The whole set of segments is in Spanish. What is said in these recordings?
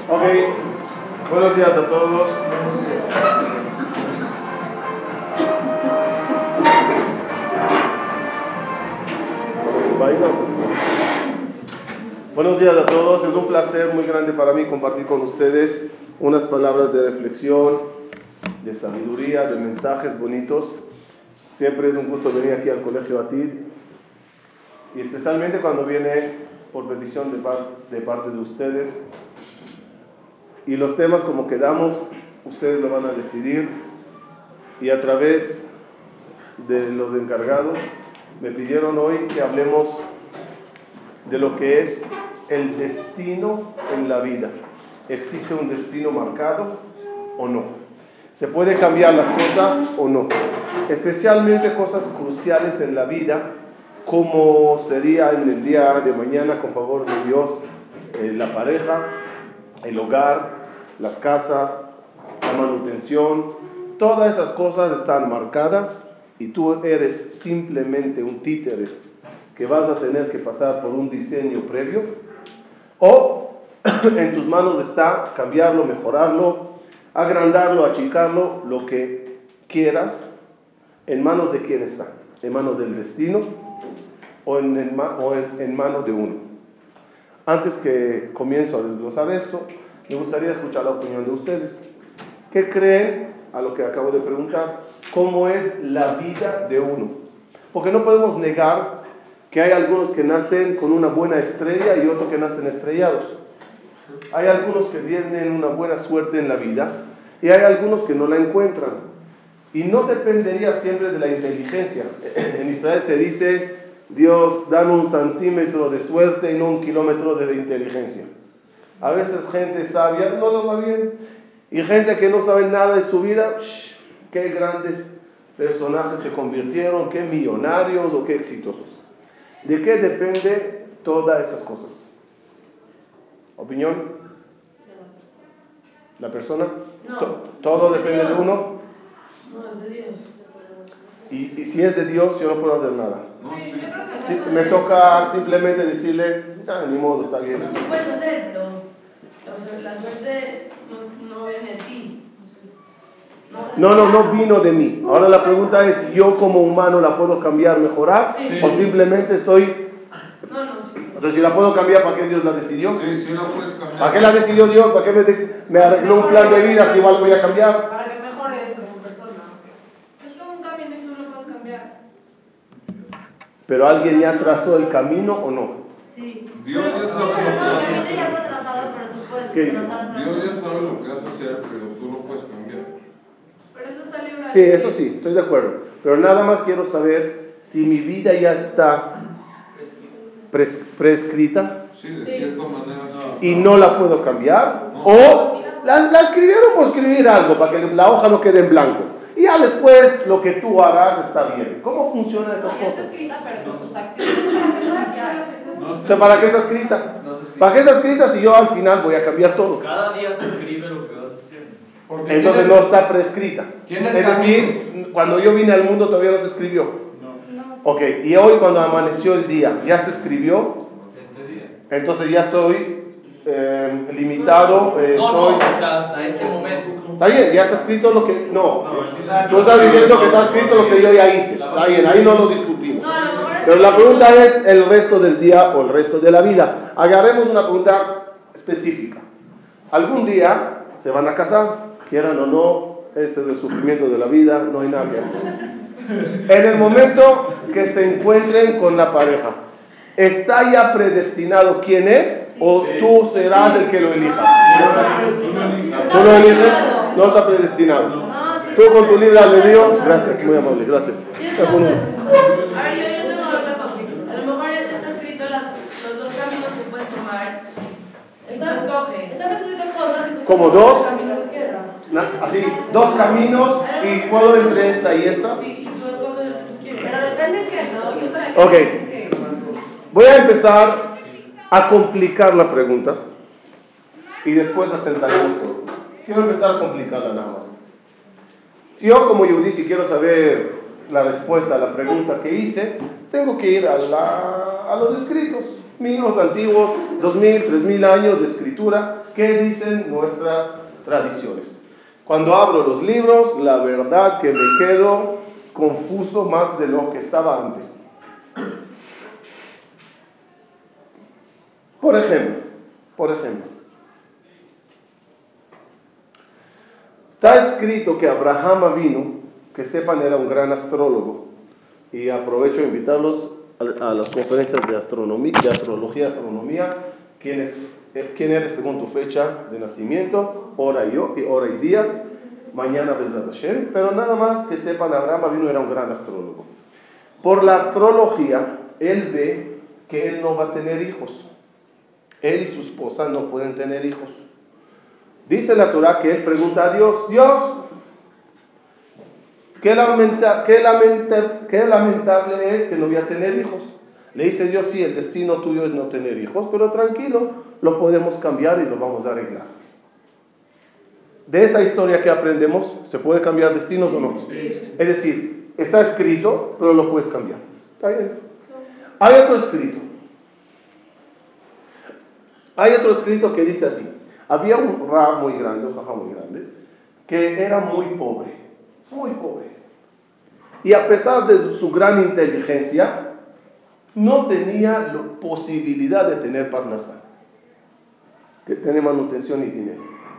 Ok, buenos días a todos. ¿Se baila o se escucha? Buenos días a todos, es un placer muy grande para mí compartir con ustedes unas palabras de reflexión, de sabiduría, de mensajes bonitos. Siempre es un gusto venir aquí al Colegio Atid y especialmente cuando viene por petición de parte de ustedes. Y los temas como quedamos, ustedes lo van a decidir y a través de los encargados me pidieron hoy que hablemos de lo que es el destino en la vida. ¿Existe un destino marcado o no? ¿Se puede cambiar las cosas o no? Especialmente cosas cruciales en la vida, como sería en el día de mañana, con favor de Dios, la pareja, el hogar, las casas, la manutención. Todas esas cosas están marcadas y tú eres simplemente un títeres que vas a tener que pasar por un diseño previo, o en tus manos está cambiarlo, mejorarlo, agrandarlo, achicarlo, lo que quieras. ¿En manos de quién está? ¿En manos del destino o en manos de uno? Antes que comienzo a desglosar esto, me gustaría escuchar la opinión de ustedes. ¿Qué creen a lo que acabo de preguntar? ¿Cómo es la vida de uno? Porque no podemos negar que hay algunos que nacen con una buena estrella y otros que nacen estrellados. Hay algunos que tienen una buena suerte en la vida y hay algunos que no la encuentran. Y no dependería siempre de la inteligencia. En Israel se dice, Dios, dame un centímetro de suerte y no un kilómetro de inteligencia. A veces gente sabia no lo va bien. Y gente que no sabe nada de su vida, qué grandes personajes se convirtieron, qué millonarios o qué exitosos. ¿De qué depende todas esas cosas? ¿Opinión? ¿La persona? No. ¿Todo depende de uno? No, es de Dios. Y si es de Dios, yo no puedo hacer nada. Sí, yo creo que Sí, me toca simplemente decirle, ni modo, está bien. No, sí puedes hacer, pero la suerte no viene de ti. No vino de mí. Ahora la pregunta es, ¿yo como humano la puedo cambiar, mejorar? Sí. ¿O simplemente estoy...? No, sí. Entonces, si la puedo cambiar, ¿para qué Dios la decidió? Sí, la puedes cambiar. ¿Para qué la decidió Dios? ¿Para qué me arregló un plan de vida si igual lo voy a cambiar? Para que mejores como persona. Es como un camino y tú lo puedes cambiar. ¿Pero alguien ya trazó el camino o no? Sí. Dios ya sabe lo que vas a ya hacer. está trazado, pero tú puedes ¿Qué dices? trazar. Dios ya sabe lo que vas a hacer, pero tú lo puedes cambiar. Pero eso está libre. Sí, eso sí, estoy de acuerdo. Pero nada más quiero saber si mi vida ya está prescrita. Sí, de cierta manera. Y no la puedo cambiar. No. O la escribieron por escribir algo, para que la hoja no quede en blanco. Y ya después lo que tú harás está bien. ¿Cómo funcionan esas Ya está cosas? escrita, pero con tus acciones la puedes cambiar. Entonces, ¿para qué está escrita? ¿Para qué está escrita si yo al final voy a cambiar todo? Cada día se escribe lo que vas a hacer. Entonces no está prescrita. ¿Tienes Es decir, cuando yo vine al mundo todavía no se escribió. No. Ok, y hoy cuando amaneció el día, ¿ya se escribió? Este día. Entonces ya estoy limitado. No, o sea, hasta este momento. Está bien, ya está escrito lo que... No, No, tú estás diciendo que está escrito lo que yo ya hice. Está bien, ahí no lo discutimos. No, a lo mejor es Pero la pregunta es el resto del día o el resto de la vida. Agarremos una pregunta específica. ¿Algún día se van a casar? Quieran o no, ese es el sufrimiento de la vida, no hay nada que hacer. En el momento que se encuentren con la pareja, ¿está ya predestinado quién es? ¿O tú serás el que lo elijas? ¿Tú lo eliges? No está predestinado. Tú con tu libre albedrío, gracias, muy amable, gracias. Sí, está predestinado. A ver, yo tengo otra cosa. A lo mejor está escrito los dos caminos que puedes tomar. Están escritas cosas y tú ¿Como puedes tomar dos? el camino que quieras. Así, dos caminos y puedo entre esta y esta. Sí, y tú escoges el que tú quieres. Pero depende de qué, ¿no? Yo estoy aquí. Ok, voy a empezar a complicar la pregunta y después asentaremos todo. Quiero empezar a complicarla nada más. Si yo como Yehudí, si quiero saber la respuesta a la pregunta que hice, tengo que ir a los escritos. Libros antiguos, 2000, 3000 años de escritura. ¿Qué dicen nuestras tradiciones? Cuando abro los libros, la verdad que me quedo confuso más de lo que estaba antes. Por ejemplo, está escrito que Abraham Avinu, que sepan, era un gran astrólogo, y aprovecho a invitarlos a las conferencias de astronomía, de astrología, astronomía. ¿Quién eres según tu fecha de nacimiento, hora y día? Mañana Bezat Hashem. Pero nada más que sepan, Abraham Avinu era un gran astrólogo. Por la astrología, él ve que él no va a tener hijos. Él y su esposa no pueden tener hijos. Dice la Torah que él pregunta a Dios, qué lamentable es que no voy a tener hijos. Le dice Dios, sí, el destino tuyo es no tener hijos, pero tranquilo, lo podemos cambiar y lo vamos a arreglar. De esa historia que aprendemos, ¿se puede cambiar destinos o no? Sí. Es decir, está escrito, pero lo puedes cambiar. ¿Está bien? Hay otro escrito que dice así. Había un rab muy grande, un jajá muy grande, que era muy pobre. Y a pesar de su gran inteligencia, no tenía la posibilidad de tener parnasá, que tener manutención y dinero.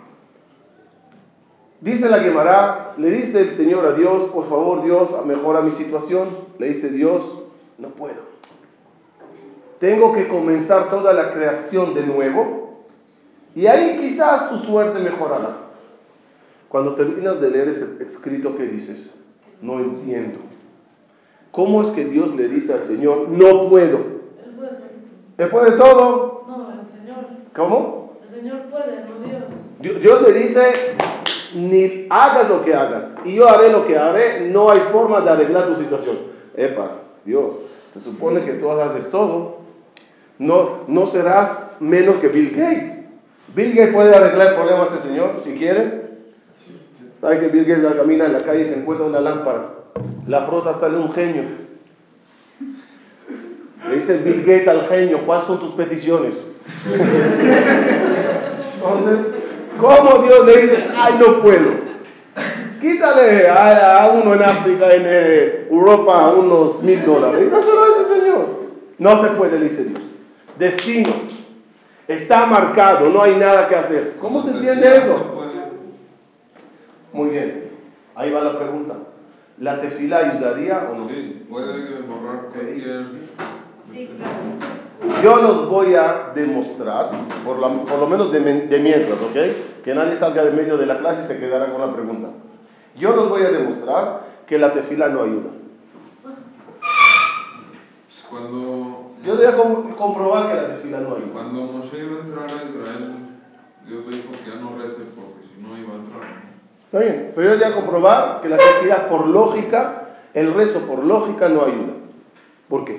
Dice la Gemara, le dice el Señor a Dios, por favor Dios, mejora mi situación. Le dice Dios, no puedo. Tengo que comenzar toda la creación de nuevo y ahí quizás su suerte mejorará. Cuando terminas de leer ese escrito, ¿qué dices? No entiendo. ¿Cómo es que Dios le dice al Señor, no puedo? Él puede solito. ¿Él puede todo? No, el Señor. ¿Cómo? El Señor puede, no Dios. Dios le dice, ni hagas lo que hagas, y yo haré lo que haré, no hay forma de arreglar tu situación. Dios, se supone que tú haces todo. No serás menos que Bill Gates. Bill Gates puede arreglar el problema a este señor, si quiere. ¿Sabe que Bill Gates camina en la calle y se encuentra una lámpara? La frota, sale un genio. Le dice Bill Gates al genio, ¿cuáles son tus peticiones? Entonces, ¿cómo Dios le dice, ay, no puedo? Quítale a uno en África, en Europa, unos $1000. Y dáselo a ese señor. No se puede, le dice Dios. Destino. Está marcado, no hay nada que hacer. ¿Cómo se entiende eso? Muy bien. Ahí va la pregunta. ¿La tefila ayudaría o no? Sí, puede borrar cualquier... Sí, claro. Yo los voy a demostrar, por lo menos de mientras, ¿ok? Que nadie salga de medio de la clase y se quedará con la pregunta. Yo los voy a demostrar que la tefila no ayuda. Yo voy a comprobar que la tefila no ayuda. Cuando Moshe iba a entrar a Israel, Dios le dijo que ya no rece porque si no iba a entrar. Está bien, pero yo voy a comprobar que la tefila por lógica, el rezo por lógica no ayuda. ¿Por qué?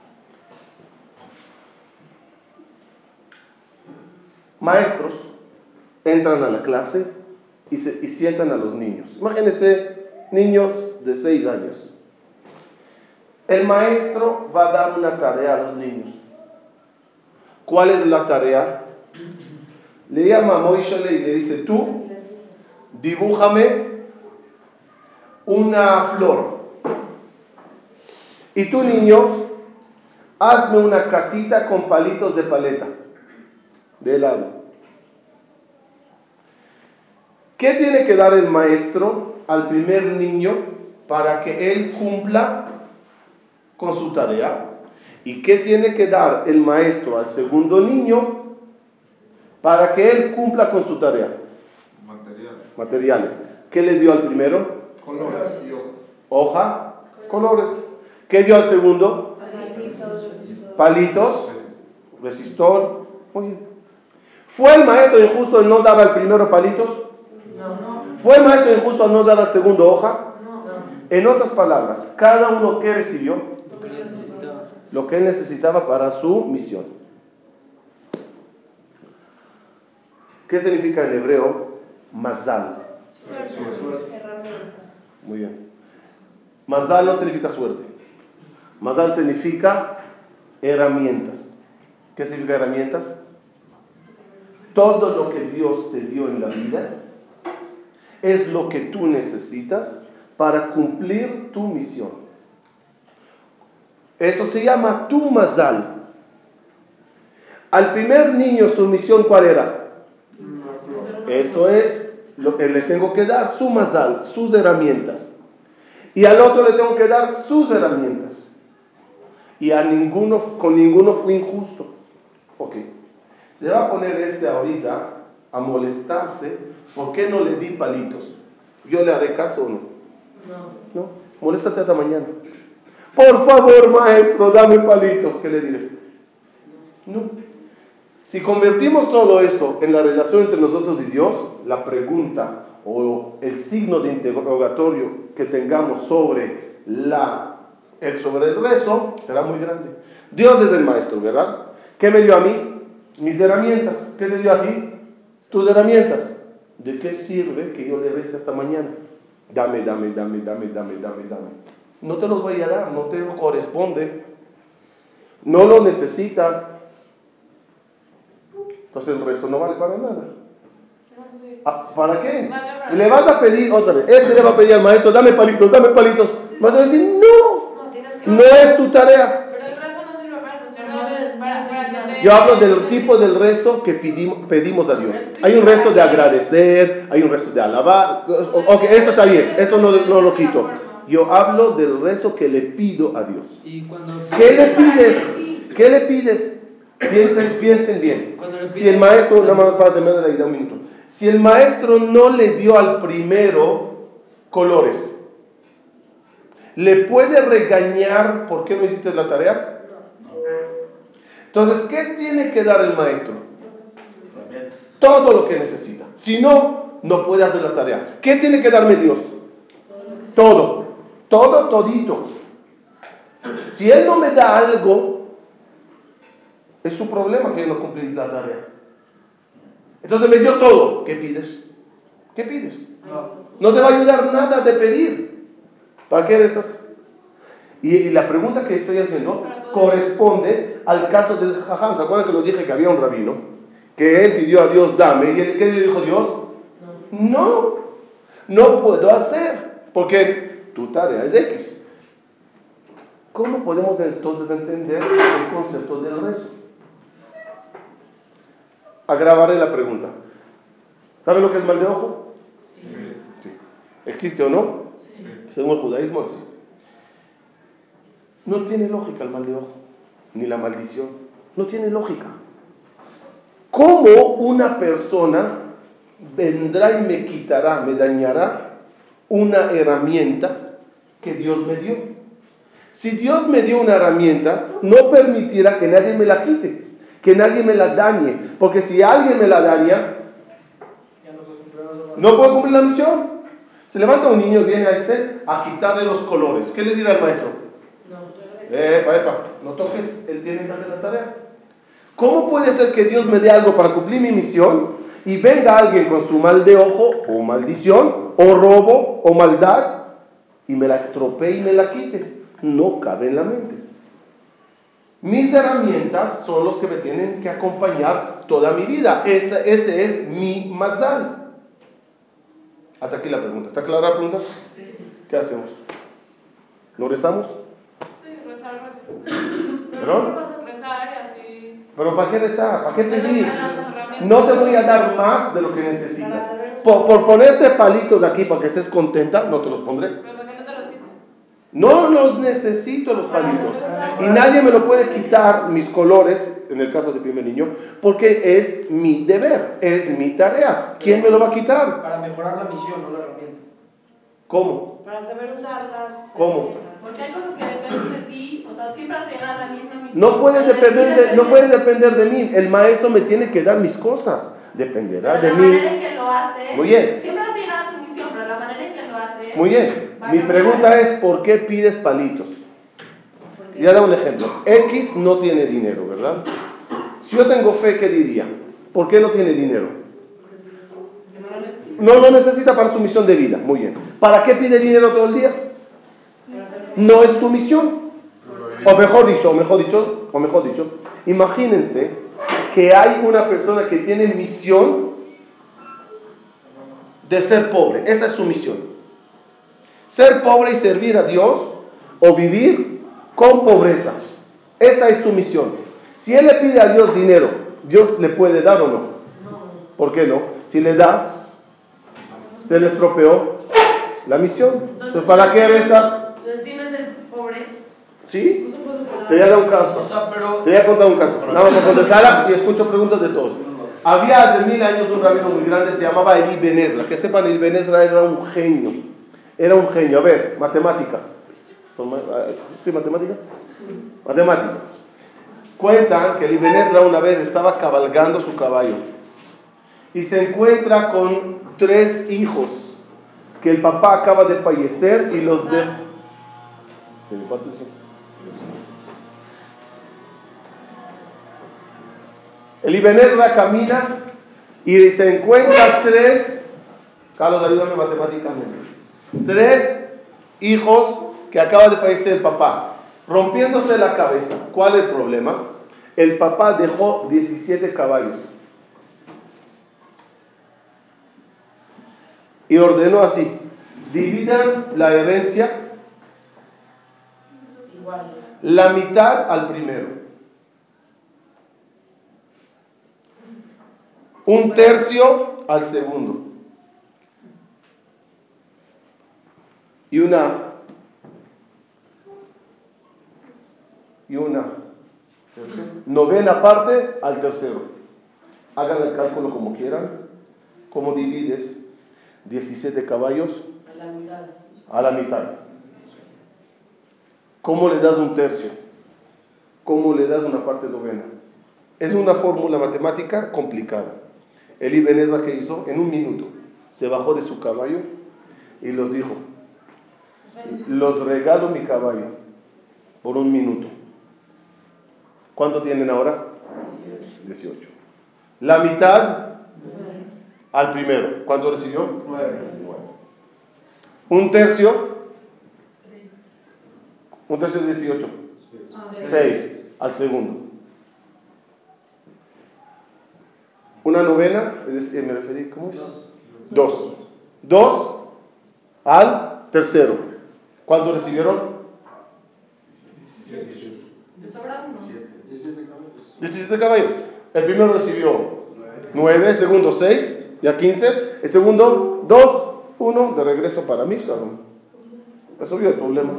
Maestros entran a la clase y sientan a los niños. Imagínense, niños de 6 años. El maestro va a dar una tarea a los niños. ¿Cuál es la tarea? Le llama a Moisés y le dice, tú, dibújame una flor. Y tú, niño, hazme una casita con palitos de paleta, de helado. ¿Qué tiene que dar el maestro al primer niño para que él cumpla con su tarea? ¿Y qué tiene que dar el maestro al segundo niño para que él cumpla con su tarea? Materiales. ¿Qué le dio al primero? Colores. Hoja, colores. ¿Qué dio al segundo? Palitos, resistor. Muy bien. ¿Fue el maestro injusto en no dar al primero palitos? No. ¿Fue el maestro injusto en no dar al segundo hoja? No. En otras palabras, cada uno que recibió Lo que necesitaba. lo que él necesitaba para su misión. ¿Qué significa en hebreo? Mazal. Herramienta. Muy bien. Mazal no significa suerte. Mazal significa herramientas. ¿Qué significa herramientas? Todo lo que Dios te dio en la vida es lo que tú necesitas para cumplir tu misión. Eso se llama tu mazal. Al primer niño, su misión, ¿cuál era? Eso es lo que le tengo que dar, su mazal, sus herramientas. Y al otro le tengo que dar sus herramientas. Y con ninguno fue injusto. Ok. Se va a poner ahorita a molestarse. ¿Por qué no le di palitos? ¿Yo le haré caso o no? No. Moléstate hasta mañana. Por favor, maestro, dame palitos. ¿Qué le diré? No. Si convertimos todo eso en la relación entre nosotros y Dios, la pregunta o el signo de interrogatorio que tengamos sobre el rezo será muy grande. Dios es el maestro, ¿verdad? ¿Qué me dio a mí? Mis herramientas. ¿Qué te dio a ti? Tus herramientas. ¿De qué sirve que yo le rece hasta mañana? Dame. No te los voy a dar, no te corresponde. No lo necesitas. Entonces el rezo no vale para nada. ¿Para qué? Le vas a pedir otra vez. Le va a pedir al maestro, dame palitos. Vas a decir, no es tu tarea. Pero el rezo no sirve para eso, sirve para que te... Yo hablo del tipo del rezo que pedimos a Dios. Hay un rezo de agradecer, hay un rezo de alabar. Ok, eso está bien, eso no lo quito. Yo hablo del rezo que le pido a Dios. ¿Qué le pides? ¿Qué le pides? Piensen bien. Si el maestro, nada más para terminar la idea un minuto. Si el maestro no le dio al primero colores, ¿le puede regañar por qué no hiciste la tarea? Entonces, ¿qué tiene que dar el maestro? Todo lo que necesita. Si no, no puede hacer la tarea. ¿Qué tiene que darme Dios? Todito. Si Él no me da algo, es su problema que yo no cumplí la tarea. Entonces me dio todo. ¿Qué pides? No te va a ayudar nada de pedir. ¿Para qué rezas? Y la pregunta que estoy haciendo corresponde al caso del jajam. ¿Se acuerdan que les dije que había un rabino? Que él pidió a Dios, dame. ¿Y qué le dijo Dios? No puedo hacer. Porque tu tarea es X. ¿Cómo podemos entonces entender el concepto del rezo? Agravaré la pregunta. ¿Saben lo que es mal de ojo? Sí. ¿Existe o no? Sí. Según el judaísmo existe. No tiene lógica el mal de ojo, ni la maldición. No tiene lógica. ¿Cómo una persona vendrá y me quitará, me dañará una herramienta que Dios me dio? Si Dios me dio una herramienta, no permitirá que nadie me la quite, que nadie me la dañe, porque si alguien me la daña, no puedo cumplir la misión. Se levanta un niño y viene a quitarle los colores. ¿Qué le dirá al maestro? No toques, él tiene que hacer la tarea. ¿Cómo puede ser que Dios me dé algo para cumplir mi misión y venga alguien con su mal de ojo o maldición o robo o maldad y me la estropee y me la quite? No cabe en la mente. Mis herramientas son los que me tienen que acompañar toda mi vida. Ese es mi mazal. Hasta aquí la pregunta. ¿Está clara la pregunta? Sí. ¿Qué hacemos? ¿Lo rezamos? Sí, rezar. ¿Perdón? Rezar y así. ¿Pero para qué rezar? ¿Para qué pedir? No te voy a dar más de lo que necesitas. Por ponerte palitos aquí para que estés contenta, no te los pondré. ¿Pero para qué no te los quito? No los necesito los palitos. Y nadie me lo puede quitar, mis colores, en el caso del primer niño, porque es mi deber, es mi tarea. ¿Quién me lo va a quitar? Para mejorar la misión, no la herramienta. ¿Cómo? Para saber usarlas. ¿Cómo? Porque hay cosas que dependen de ti, o sea, siempre vas a llegar a la misma misión. No puede depender de mí. El maestro me tiene que dar mis cosas. Dependerá de mí. La manera en que lo hace. Muy bien. Siempre vas a llegar a su misión, pero la manera en que lo hace. Muy bien. Mi pregunta es, ¿por qué pides palitos? Ya da un ejemplo. X no tiene dinero, ¿verdad? Si yo tengo fe, ¿qué diría? ¿Por qué no tiene dinero? No lo necesita para su misión de vida. Muy bien. ¿Para qué pide dinero todo el día? No es tu misión. O mejor dicho, imagínense que hay una persona que tiene misión de ser pobre. Esa es su misión. Ser pobre y servir a Dios o vivir con pobreza. Esa es su misión. Si él le pide a Dios dinero, ¿Dios le puede dar o no? ¿Por qué no? Si le da, se le estropeó la misión. Entonces, ¿para qué rezas? ¿Su destino es ser pobre? ¿Sí? No se puede operar. Te voy a dar un caso. Te voy a contar un caso. Nada más contestarla y escucho preguntas de todos. Había hace 1000 años un rabino muy grande, se llamaba Eli Ben Ezra. Que sepan, Eli Ben Ezra era un genio. Era un genio. A ver, matemática. ¿Sí, matemática? Matemática. Cuentan que Eli Ben Ezra una vez estaba cabalgando su caballo y se encuentra con 3 hijos que el papá acaba de fallecer y los de... ¿De mi parte sí? El Ibn Ezra camina y se encuentra 3, Carlos, ayúdame matemáticamente, 3 hijos que acaba de fallecer el papá, rompiéndose la cabeza. ¿Cuál es el problema? El papá dejó 17 caballos y ordenó así: dividan la herencia Igual. la mitad al primero, 1/3 al segundo y una novena parte al tercero. Hagan el cálculo como quieran. ¿Cómo divides 17 caballos? A la mitad. A la mitad. ¿Cómo le das 1/3? ¿Cómo le das una parte novena? Es una fórmula matemática complicada. El Ibn Ezra, ¿qué hizo? En 1 minuto se bajó de su caballo y los dijo: los regalo mi caballo por 1 minuto. ¿Cuánto tienen ahora? 18. La mitad al primero. ¿Cuánto recibió? 9. 1/3. 1/3 de 18. 6 al segundo. Una novena, es decir, me referí, ¿cómo es? 2. 2 al tercero. ¿Cuánto recibieron? ¿Te sobra uno? 17 caballos. El primero recibió 9, el segundo 6, ya 15. El segundo 2, 1, de regreso para mí. Resolvió el problema.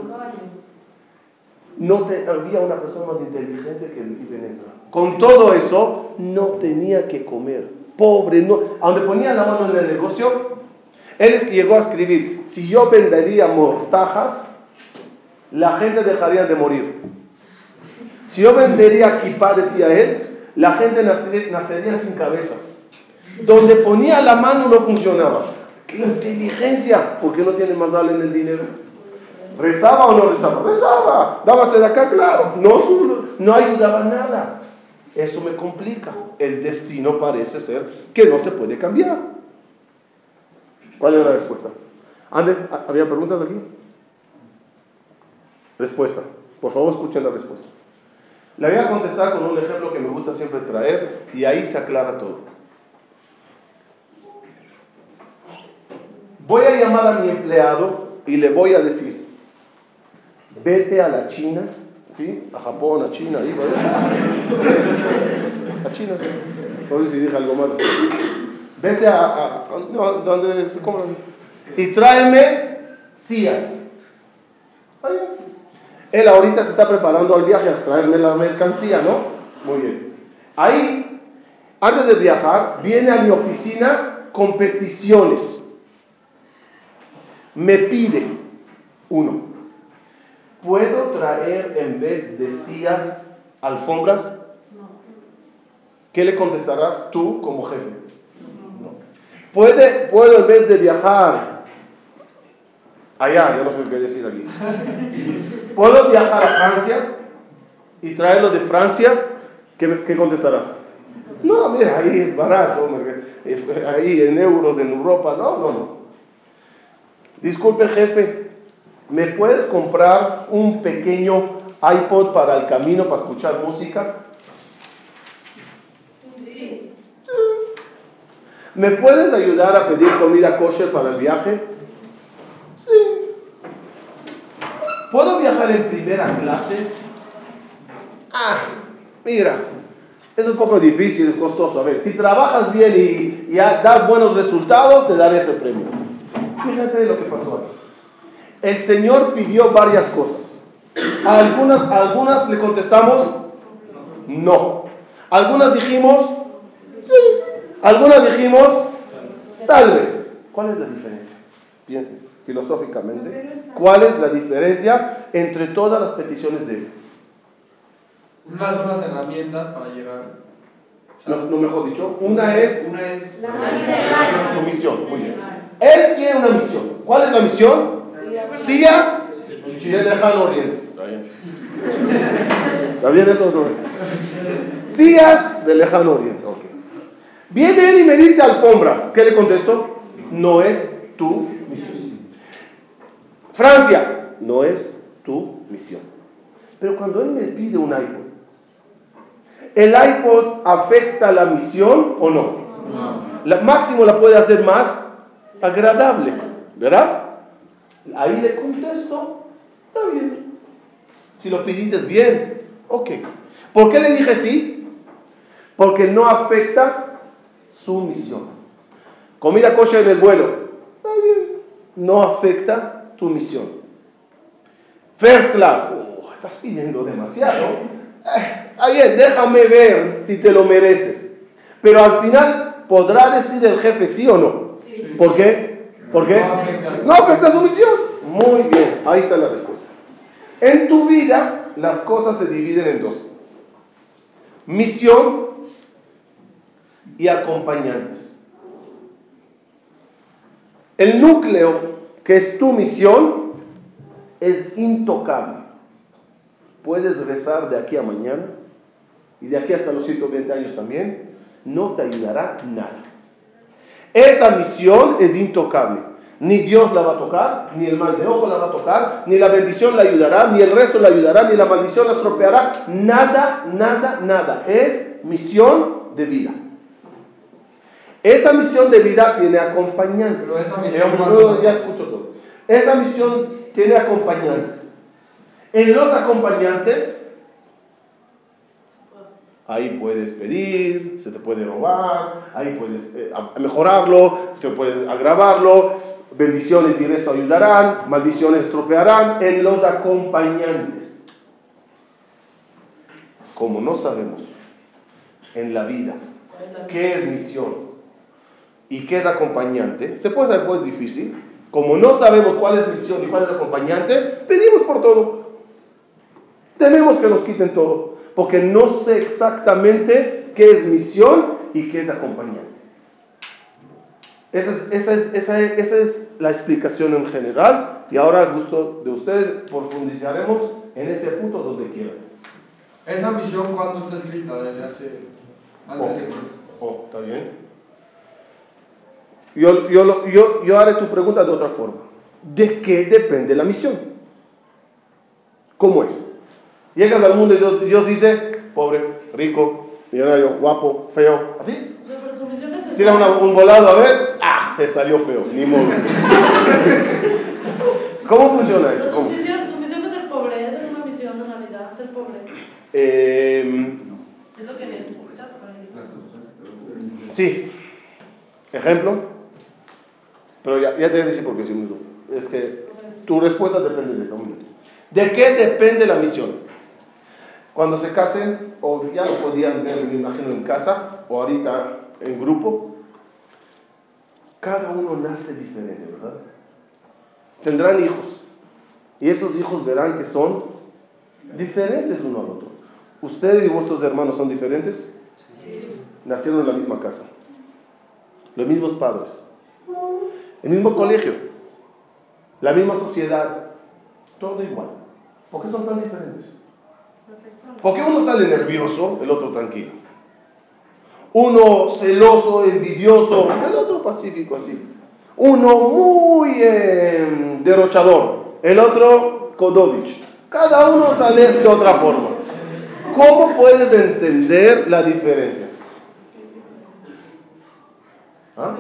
Había una persona más inteligente que el Ibn Ezra. Con todo eso, no tenía que comer. Pobre, no. A donde ponía la mano en el negocio, él llegó a escribir: si yo vendería mortajas, la gente dejaría de morir. Si yo vendería kipá, decía él, la gente nacería sin cabeza. Donde ponía la mano no funcionaba. ¡Qué inteligencia! ¿Por qué no tiene más dale en el dinero? ¿Rezaba o no rezaba? Rezaba. ¿Dábase de acá? Claro. No ayudaba nada. Eso me complica. El destino parece ser que no se puede cambiar. ¿Cuál es la respuesta? Antes, ¿había preguntas aquí? Respuesta. Por favor, escuchen la respuesta. Le voy a contestar con un ejemplo que me gusta siempre traer y ahí se aclara todo. Voy a llamar a mi empleado y le voy a decir: vete a la China, ¿sí? A Japón, a China, ahí, a China. No sé si dije algo malo. Vete donde se compran y tráeme sillas. Él ahorita se está preparando al viaje a traerme la mercancía, ¿no? Muy bien. Ahí, antes de viajar, viene a mi oficina con peticiones. Me pide, 1: ¿puedo traer en vez de sillas alfombras? ¿Qué le contestarás tú como jefe? No. ¿Puedo en vez de viajar allá, yo no sé qué decir aquí, ¿puedo viajar a Francia y traerlo de Francia? ¿Qué contestarás? No, mira, ahí es barato, ahí en euros, en Europa, no. Disculpe, jefe, ¿me puedes comprar un pequeño iPod para el camino, para escuchar música? Sí. ¿Me puedes ayudar a pedir comida kosher para el viaje? Sí. ¿Puedo viajar en primera clase? Mira, es un poco difícil, es costoso. A ver, si trabajas bien y das buenos resultados, te daré ese premio. Fíjense lo que pasó aquí. El Señor pidió varias cosas. A algunas le contestamos no. Algunas dijimos sí. Algunas dijimos tal vez. ¿Cuál es la diferencia? Piensen filosóficamente. ¿Cuál es la diferencia entre todas las peticiones de Él? Unas son las herramientas para llegar. No, mejor dicho, una es La su misión. Muy bien. Él tiene una misión. ¿Cuál es la misión? Días del lejano oriente. ¿Está bien? ¿Está bien eso? Días del lejano oriente. Okay. Viene él y me dice alfombras. ¿Qué le contesto? No es tu misión. Francia, no es tu misión. Pero cuando él me pide un iPod, ¿el iPod afecta la misión o no? No. Máximo la puede hacer más agradable, ¿verdad? Ahí le contesto, está bien. Si lo pidiste bien, ok. ¿Por qué le dije sí? Porque no afecta su misión. Comida kosher en el vuelo, está bien. No afecta tu misión. First class, estás pidiendo demasiado. Bien, déjame ver si te lo mereces. Pero al final, ¿podrá decir el jefe sí o no? Sí. ¿Por qué? ¿Por qué? No afecta su misión. Muy bien, ahí está la respuesta. En tu vida, las cosas se dividen en dos: misión y acompañantes. El núcleo, que es tu misión, es intocable. Puedes rezar de aquí a mañana y de aquí hasta los 120 años también, no te ayudará nada. Esa misión es intocable. Ni Dios la va a tocar, ni el mal de ojo la va a tocar, ni la bendición la ayudará, ni el rezo la ayudará, ni la maldición la estropeará. Nada, nada, nada. Es misión de vida. Esa misión de vida tiene acompañantes. Pero esa misión ya escucho todo. Esa misión tiene acompañantes. En los acompañantes, ahí puedes pedir, se te puede robar, ahí puedes mejorarlo, se puede agravarlo, bendiciones y rezo ayudarán, maldiciones estropearán. En los acompañantes, como no sabemos en la vida qué es misión y qué es acompañante, se puede saber pues difícil. Como no sabemos cuál es misión y cuál es acompañante, pedimos por todo. Tememos que nos quiten todo, porque no sé exactamente qué es misión y qué es acompañante. Esa es la explicación en general, y ahora a gusto de ustedes profundizaremos en ese punto donde quieran. Esa misión, ¿cuándo está escrita? Desde hace más de semanas. Está bien. Yo haré tu pregunta de otra forma. ¿De qué depende la misión? ¿Cómo es? Llegas al mundo y Dios dice, pobre, rico, millonario, guapo, feo, ¿así? O sea, pero tu misión es Tira un volado a ver, te salió feo, ni modo. ¿Cómo funciona eso? Tu misión es ser pobre, esa es una misión en la vida, ser pobre. Es lo que necesitas para ir. Sí. Ejemplo. Pero ya te voy a decir por qué, si es que tu respuesta depende de esto. ¿De qué depende la misión? Cuando se casen, o ya lo podían ver, me imagino, en casa, o ahorita en grupo, cada uno nace diferente, ¿verdad? Tendrán hijos, y esos hijos verán que son diferentes uno al otro. ¿Ustedes y vuestros hermanos son diferentes? Sí. Nacieron en la misma casa, los mismos padres, el mismo colegio, la misma sociedad, todo igual. ¿Por qué son tan diferentes? Porque uno sale nervioso, el otro tranquilo. Uno celoso, envidioso, el otro pacífico así. Uno muy derrochador, el otro Kodovich. Cada uno sale de otra forma. ¿Cómo puedes entender las diferencias? ¿Ah?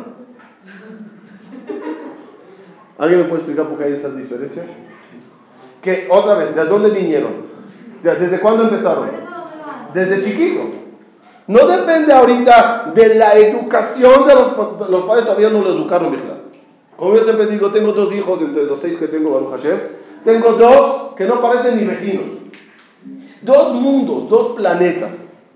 ¿Alguien me puede explicar por qué hay esas diferencias? Que otra vez, ¿de dónde vinieron? ¿Desde cuándo empezaron? Desde chiquito. No depende ahorita de la educación de los padres, todavía no lo educaron, Mijla. Como yo siempre digo, tengo 2 hijos entre los 6 que tengo, Baruch Hashem. Tengo 2 que no parecen ni vecinos. 2 mundos, 2 planetas.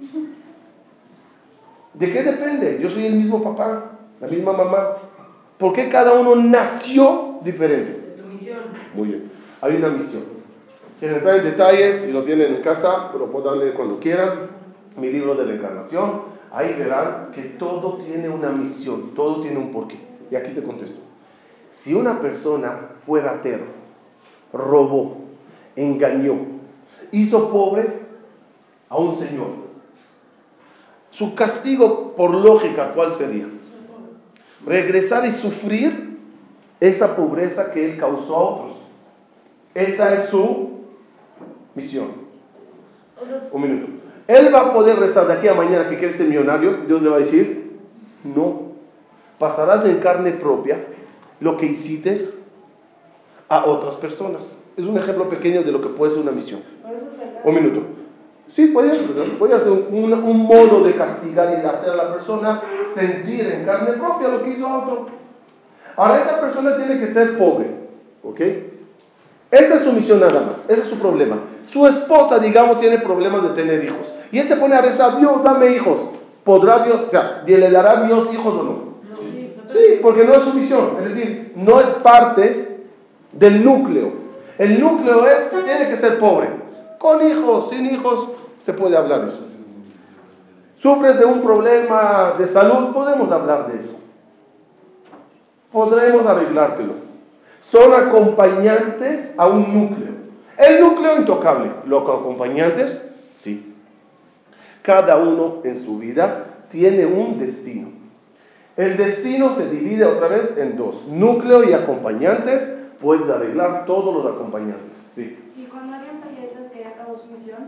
¿De qué depende? Yo soy el mismo papá, la misma mamá. ¿Por qué cada uno nació diferente? De tu misión. Muy bien. Hay una misión. Sin entrar en detalles, y lo tienen en casa, pero pueden leer cuando quieran, mi libro de reencarnación, ahí verán que todo tiene una misión, todo tiene un porqué. Y aquí te contesto. Si una persona fue ratero, robó, engañó, hizo pobre a un señor, su castigo por lógica, ¿cuál sería? Regresar y sufrir esa pobreza que él causó a otros. Esa es su misión. Un minuto. Él va a poder rezar de aquí a mañana que quiere ser millonario. Dios le va a decir, no. Pasarás en carne propia lo que hiciste a otras personas. Es un ejemplo pequeño de lo que puede ser una misión. Un minuto. Sí, puede ser un modo de castigar y de hacer a la persona sentir en carne propia lo que hizo a otro. Ahora, esa persona tiene que ser pobre, ¿ok? Esa es su misión nada más, ese es su problema. Su esposa, digamos, tiene problemas de tener hijos. Y él se pone a rezar, Dios, dame hijos. ¿Podrá Dios, o sea, le dará Dios hijos o no? Sí, porque no es su misión. Es decir, no es parte del núcleo. El núcleo es, tiene que ser pobre. Con hijos, sin hijos, se puede hablar de eso. ¿Sufres de un problema de salud? Podemos hablar de eso. Podremos arreglártelo. Son acompañantes a un núcleo. El núcleo intocable. Los acompañantes, sí. Cada uno en su vida tiene un destino. El destino se divide otra vez en 2. Núcleo y acompañantes. Puedes arreglar todos los acompañantes. Sí. ¿Y cuando alguien fallece es que ya acabó su misión?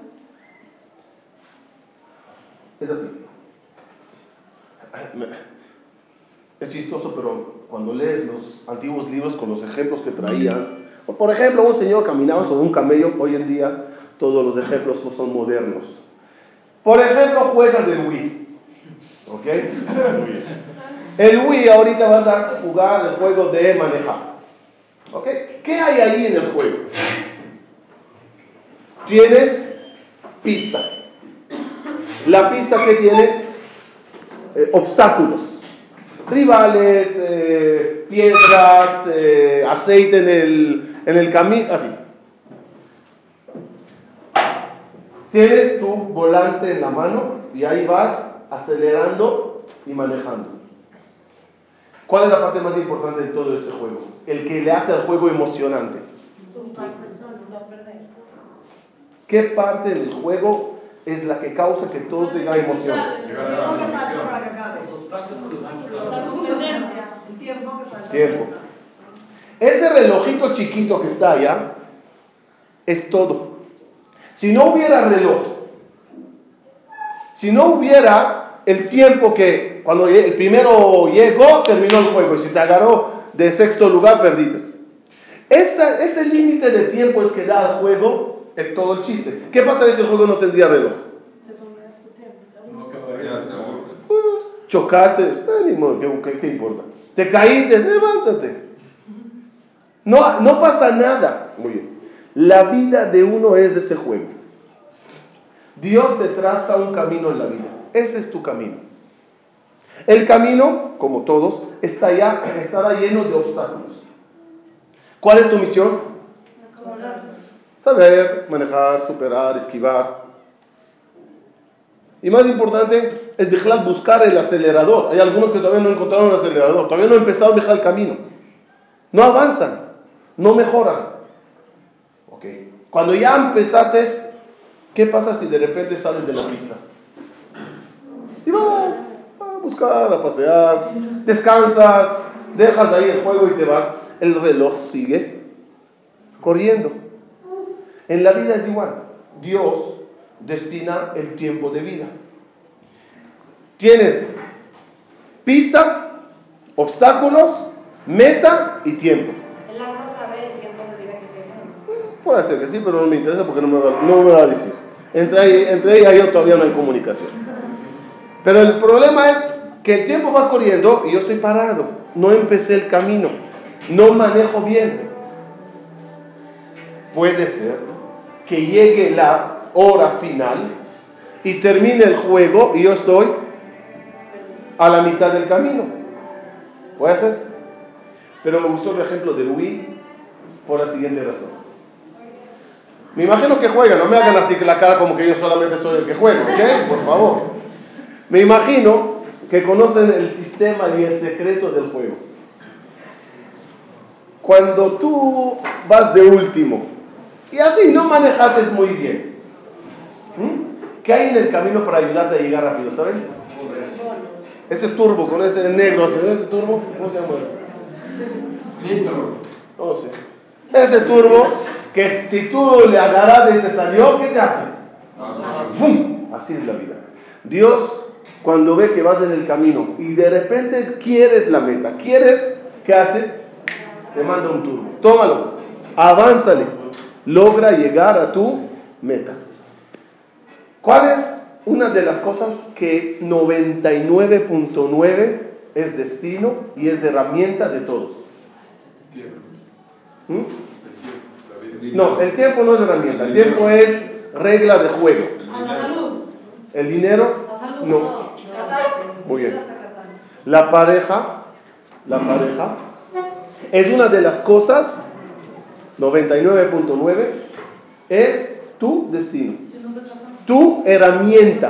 Es así. Es chistoso, pero cuando lees los antiguos libros con los ejemplos que traían, por ejemplo, un señor caminaba sobre un camello. Hoy en día todos los ejemplos no son modernos. Por ejemplo, juegas el Wii. ¿Ok? El Wii, ahorita vas a jugar el juego de manejar. ¿Ok? ¿Qué hay ahí en el juego? Tienes pista. La pista que tiene obstáculos. Rivales, piedras, aceite en el camino, así. Tienes tu volante en la mano y ahí vas acelerando y manejando. ¿Cuál es la parte más importante de todo ese juego? El que le hace al juego emocionante. ¿Qué parte del juego es la que causa que todo tenga emoción? El tiempo que falta. Tiempo. Ese relojito chiquito que está allá es todo. Si no hubiera reloj, si no hubiera el tiempo que cuando el primero llegó, terminó el juego, y si te agarró de 6º lugar, perdiste. Ese límite de tiempo es que da al juego todo el chiste. ¿Qué pasaría si el juego no tendría reloj? Chocaste, ¿qué importa? Te caíste, levántate. No pasa nada. Muy bien. La vida de uno es ese juego. Dios te traza un camino en la vida. Ese es tu camino. El camino, como todos, estará lleno de obstáculos. ¿Cuál es tu misión? Saber manejar, superar, esquivar. Y más importante es buscar el acelerador. Hay algunos que todavía no encontraron el acelerador, todavía no empezaron el camino. No avanzan, no mejoran. Okay. Cuando ya empezaste, ¿qué pasa si de repente sales de la pista? Y vas a buscar, a pasear, descansas, dejas ahí el juego y te vas. El reloj sigue corriendo. En la vida es igual. Dios destina el tiempo de vida. Tienes pista, obstáculos, meta y tiempo. El alma sabe el tiempo de vida que tiene. Puede ser que sí, pero no me interesa porque no me va a decir. Entre ella y yo todavía no hay comunicación. Pero el problema es que el tiempo va corriendo y yo estoy parado. No empecé el camino. No manejo bien. Puede ser que llegue la hora final y termine el juego y yo estoy a la mitad del camino. Puede ser. Pero me gustó el ejemplo de Luis por la siguiente razón. Me imagino que juegan, no me hagan así que la cara como que yo solamente soy el que juega, ¿ok? Por favor. Me imagino que conocen el sistema y el secreto del juego. Cuando tú vas de último y así no manejaste muy bien, ¿qué hay en el camino para ayudarte a llegar rápido? ¿Saben? Ese turbo con ese negro, ese turbo, ¿cómo se llama eso? Nitro. No sé. Ese turbo que si tú le agarras y te salió, ¿qué te hace? ¡Fum! Así es la vida. Dios, cuando ve que vas en el camino y de repente quieres la meta, ¿qué hace? Te manda un turbo. Tómalo, avánzale, logra llegar a tu meta. ¿Cuál es una de las cosas que 99.9 es destino y es herramienta de todos? No, el tiempo no es herramienta, el tiempo es regla de juego. A la salud. ¿El dinero? La salud. No. Muy bien. La pareja es una de las cosas, 99.9, es tu destino. Tu herramienta.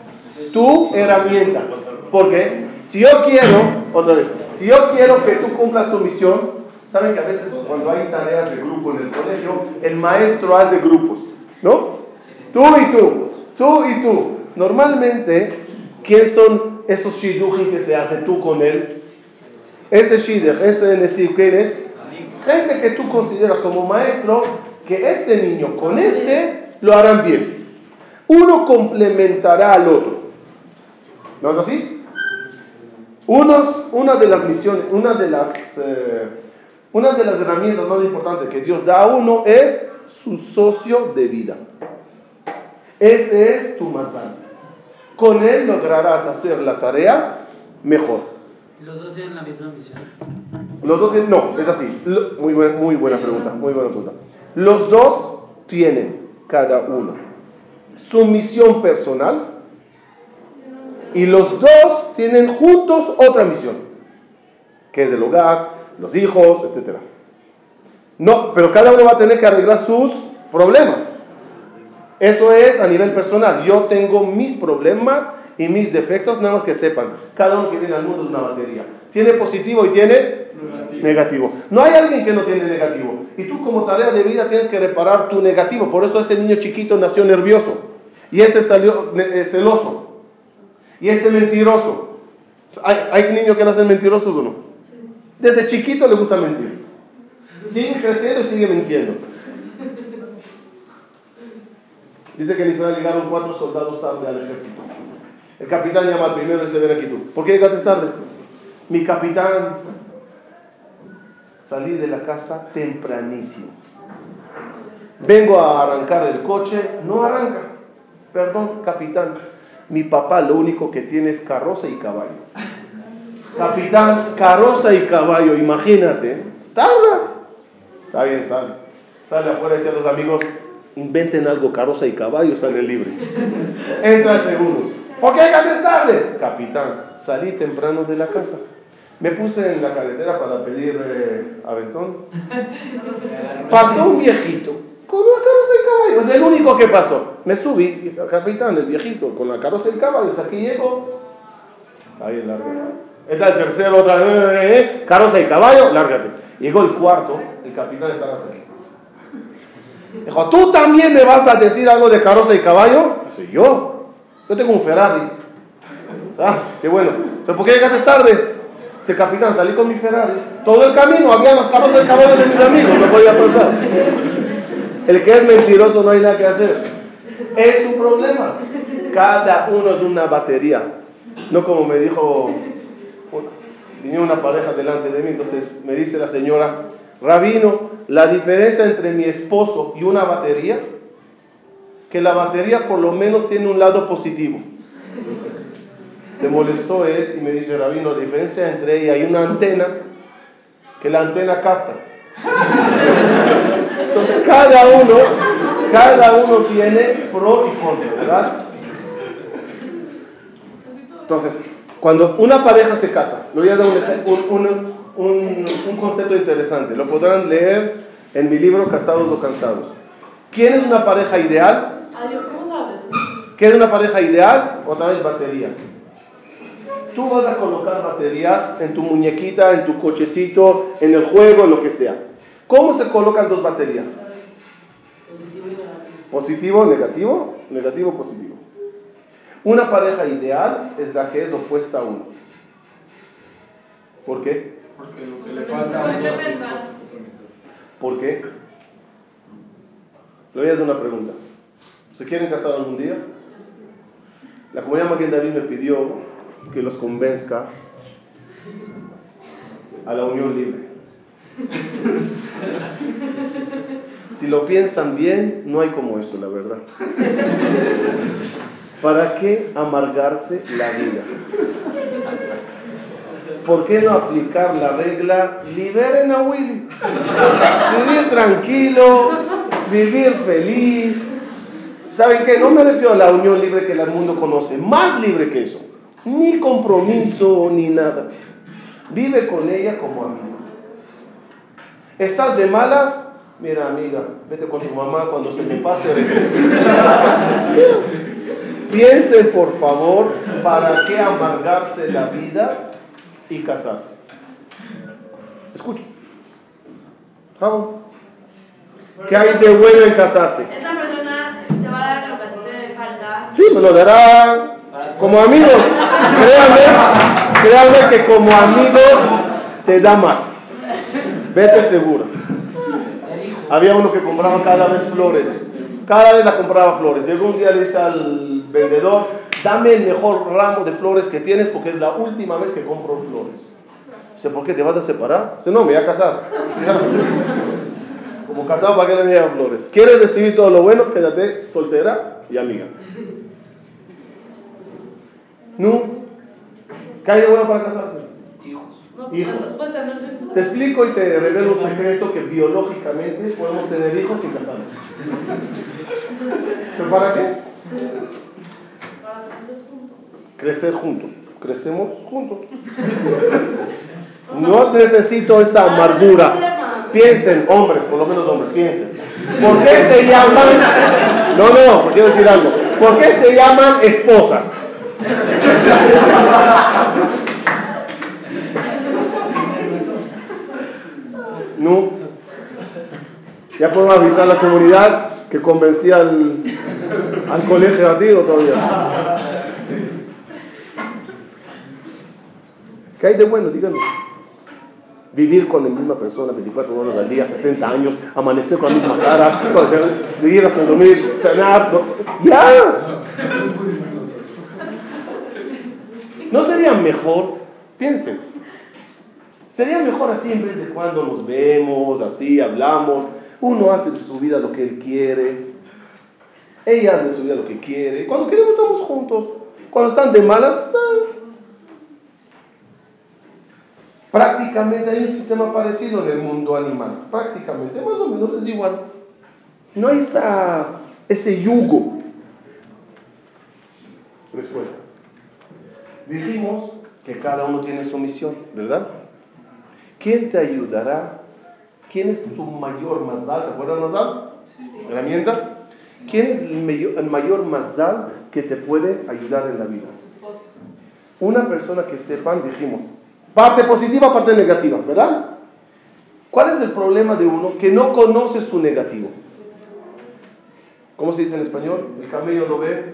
Porque si yo quiero que tú cumplas tu misión, saben que a veces cuando hay tareas de grupo en el colegio, el maestro hace grupos, ¿no? Tú y tú. Normalmente, ¿quién son esos shidduchim que se hace tú con él? Ese shidduch, ese NC, ¿quién es? Gente que tú consideras como maestro, que este niño con este lo harán bien. Uno complementará al otro. ¿No es así? Una de las misiones, una de las herramientas más importantes que Dios da a uno es su socio de vida. Ese es tu mazal. Con él lograrás hacer la tarea mejor. ¿Los dos tienen la misma misión? No, es así. Muy buena pregunta. Los dos tienen, cada uno, su misión personal y los dos tienen juntos otra misión, que es del hogar, los hijos, etc. No, pero cada uno va a tener que arreglar sus problemas. Eso es a nivel personal. Yo tengo mis problemas y mis defectos, nada más que sepan. Cada uno que viene al mundo es una batería. Tiene positivo y tiene negativo. No hay alguien que no tiene negativo. Y tú como tarea de vida tienes que reparar tu negativo. Por eso ese niño chiquito nació nervioso. Y este salió celoso. Y este mentiroso. ¿Hay niños que nacen mentirosos o no? Desde chiquito le gusta mentir. Sigue creciendo y sigue mintiendo. Dice que en Israel llegaron 4 soldados tarde al ejército. El capitán llama al primero y dice: ven aquí tú. ¿Por qué llegaste tarde? Mi capitán, salí de la casa tempranísimo. Vengo a arrancar el coche, no arranca. Perdón, capitán. Mi papá lo único que tiene es carroza y caballo. Capitán, carroza y caballo, imagínate. Tarda. Está bien, sale afuera y dice a los amigos: inventen algo, carroza y caballo, sale libre. Entra el segundo. ¿Por qué llegaste tarde? Capitán, salí temprano de la casa. Me puse en la carretera para pedir aventón. Pasó un viejito con una carroza y caballo. Es el único que pasó. Me subí, capitán, el viejito, con la carroza y caballo. Hasta aquí llego. Ahí, lárgate. Está el tercero, otra vez. Carroza y caballo, lárgate. Llegó el cuarto, el capitán estaba hasta aquí. Dijo: ¿tú también me vas a decir algo de carroza y caballo? Dice: yo tengo un Ferrari. Qué bueno. ¿Por qué llegaste tarde? Dice: capitán, salí con mi Ferrari. Todo el camino había los carrozas y caballos de mis amigos, no podía pasar. El que es mentiroso no hay nada que hacer. Es su problema. Cada uno es una batería. No como me dijo, vino una pareja delante de mí, entonces me dice la señora, Rabino, la diferencia entre mi esposo y una batería, que la batería por lo menos tiene un lado positivo. Se molestó él y me dice, Rabino, la diferencia entre ella y una antena, que la antena capta. Entonces cada uno tiene pro y contra, ¿verdad? Entonces, cuando una pareja se casa, le voy a dar un concepto interesante, lo podrán leer en mi libro Casados o Cansados. ¿Quién es una pareja ideal? Adiós, ¿cómo sabes? ¿Qué es una pareja ideal? Otra vez baterías. Tú vas a colocar baterías en tu muñequita, en tu cochecito, en el juego, en lo que sea. ¿Cómo se colocan dos baterías? Positivo y negativo. Positivo, negativo, negativo, positivo. Una pareja ideal es la que es opuesta a uno. ¿Por qué? Porque lo que le falta a uno. ¿Por qué? Le voy a hacer una pregunta. ¿Se quieren casar algún día? La comunidad Maguen David me pidió que los convenzca a la unión libre. Si lo piensan bien, no hay como eso, la verdad. ¿Para qué amargarse la vida? ¿Por qué no aplicar la regla liberen a Willy? Vivir tranquilo, vivir feliz. ¿Saben qué? No me refiero a la unión libre que el mundo conoce, más libre que eso. Ni compromiso, ni nada. Vive con ella como amigos. ¿Estás de malas? Mira, amiga, vete con tu mamá, cuando se me pase regresa. Piensen, por favor, ¿para qué amargarse la vida y casarse? Escucho. Jabón. ¿Qué hay de bueno en casarse? Esa persona te va a dar lo que a ti te falta. Sí, me lo dará como amigos. Créanme que como amigos te da más. Vete seguro. Había uno que compraba cada vez flores. Cada vez la compraba flores. Llegó un día, le dice al vendedor, dame el mejor ramo de flores que tienes porque es la última vez que compro flores. Dice, ¿por qué? ¿Te vas a separar? Dice, no, me voy a casar. Como casado, ¿para qué le llevan flores? ¿Quieres recibir todo lo bueno? Quédate soltera y amiga. ¿No? ¿Qué hay de bueno para casarse? Hijos. Te explico y te revelo un secreto que biológicamente podemos tener hijos sin casarnos. ¿Pero para qué? Para crecer juntos. Crecer juntos. Crecemos juntos. No necesito esa amargura. Piensen, hombres, por lo menos hombres, piensen. ¿Por qué se llaman? No, quiero decir algo. ¿Por qué se llaman esposas? No. Ya podemos avisar a la comunidad que convencí al colegio a ti o todavía. ¿Qué hay de bueno? Díganme. Vivir con la misma persona 24 horas al día, 60 años, amanecer con la misma cara, vivir hasta dormir, cenar. ¡Ya! ¿No sería mejor? Piensen. Sería mejor así en vez de cuando nos vemos, así hablamos. Uno hace de su vida lo que él quiere. Ella hace de su vida lo que quiere. Cuando queremos estamos juntos. Cuando están de malas, no. Prácticamente hay un sistema parecido en el mundo animal. Prácticamente, más o menos es igual. No hay ese yugo. Respuesta. Dijimos que cada uno tiene su misión, ¿verdad? ¿Quién te ayudará? ¿Quién es tu mayor mazal? ¿Se acuerdan mazal? ¿Herramienta? ¿Quién es el mayor mazal que te puede ayudar en la vida? Una persona que sepan, dijimos, parte positiva, parte negativa, ¿verdad? ¿Cuál es el problema de uno que no conoce su negativo? ¿Cómo se dice en español? El camello no ve.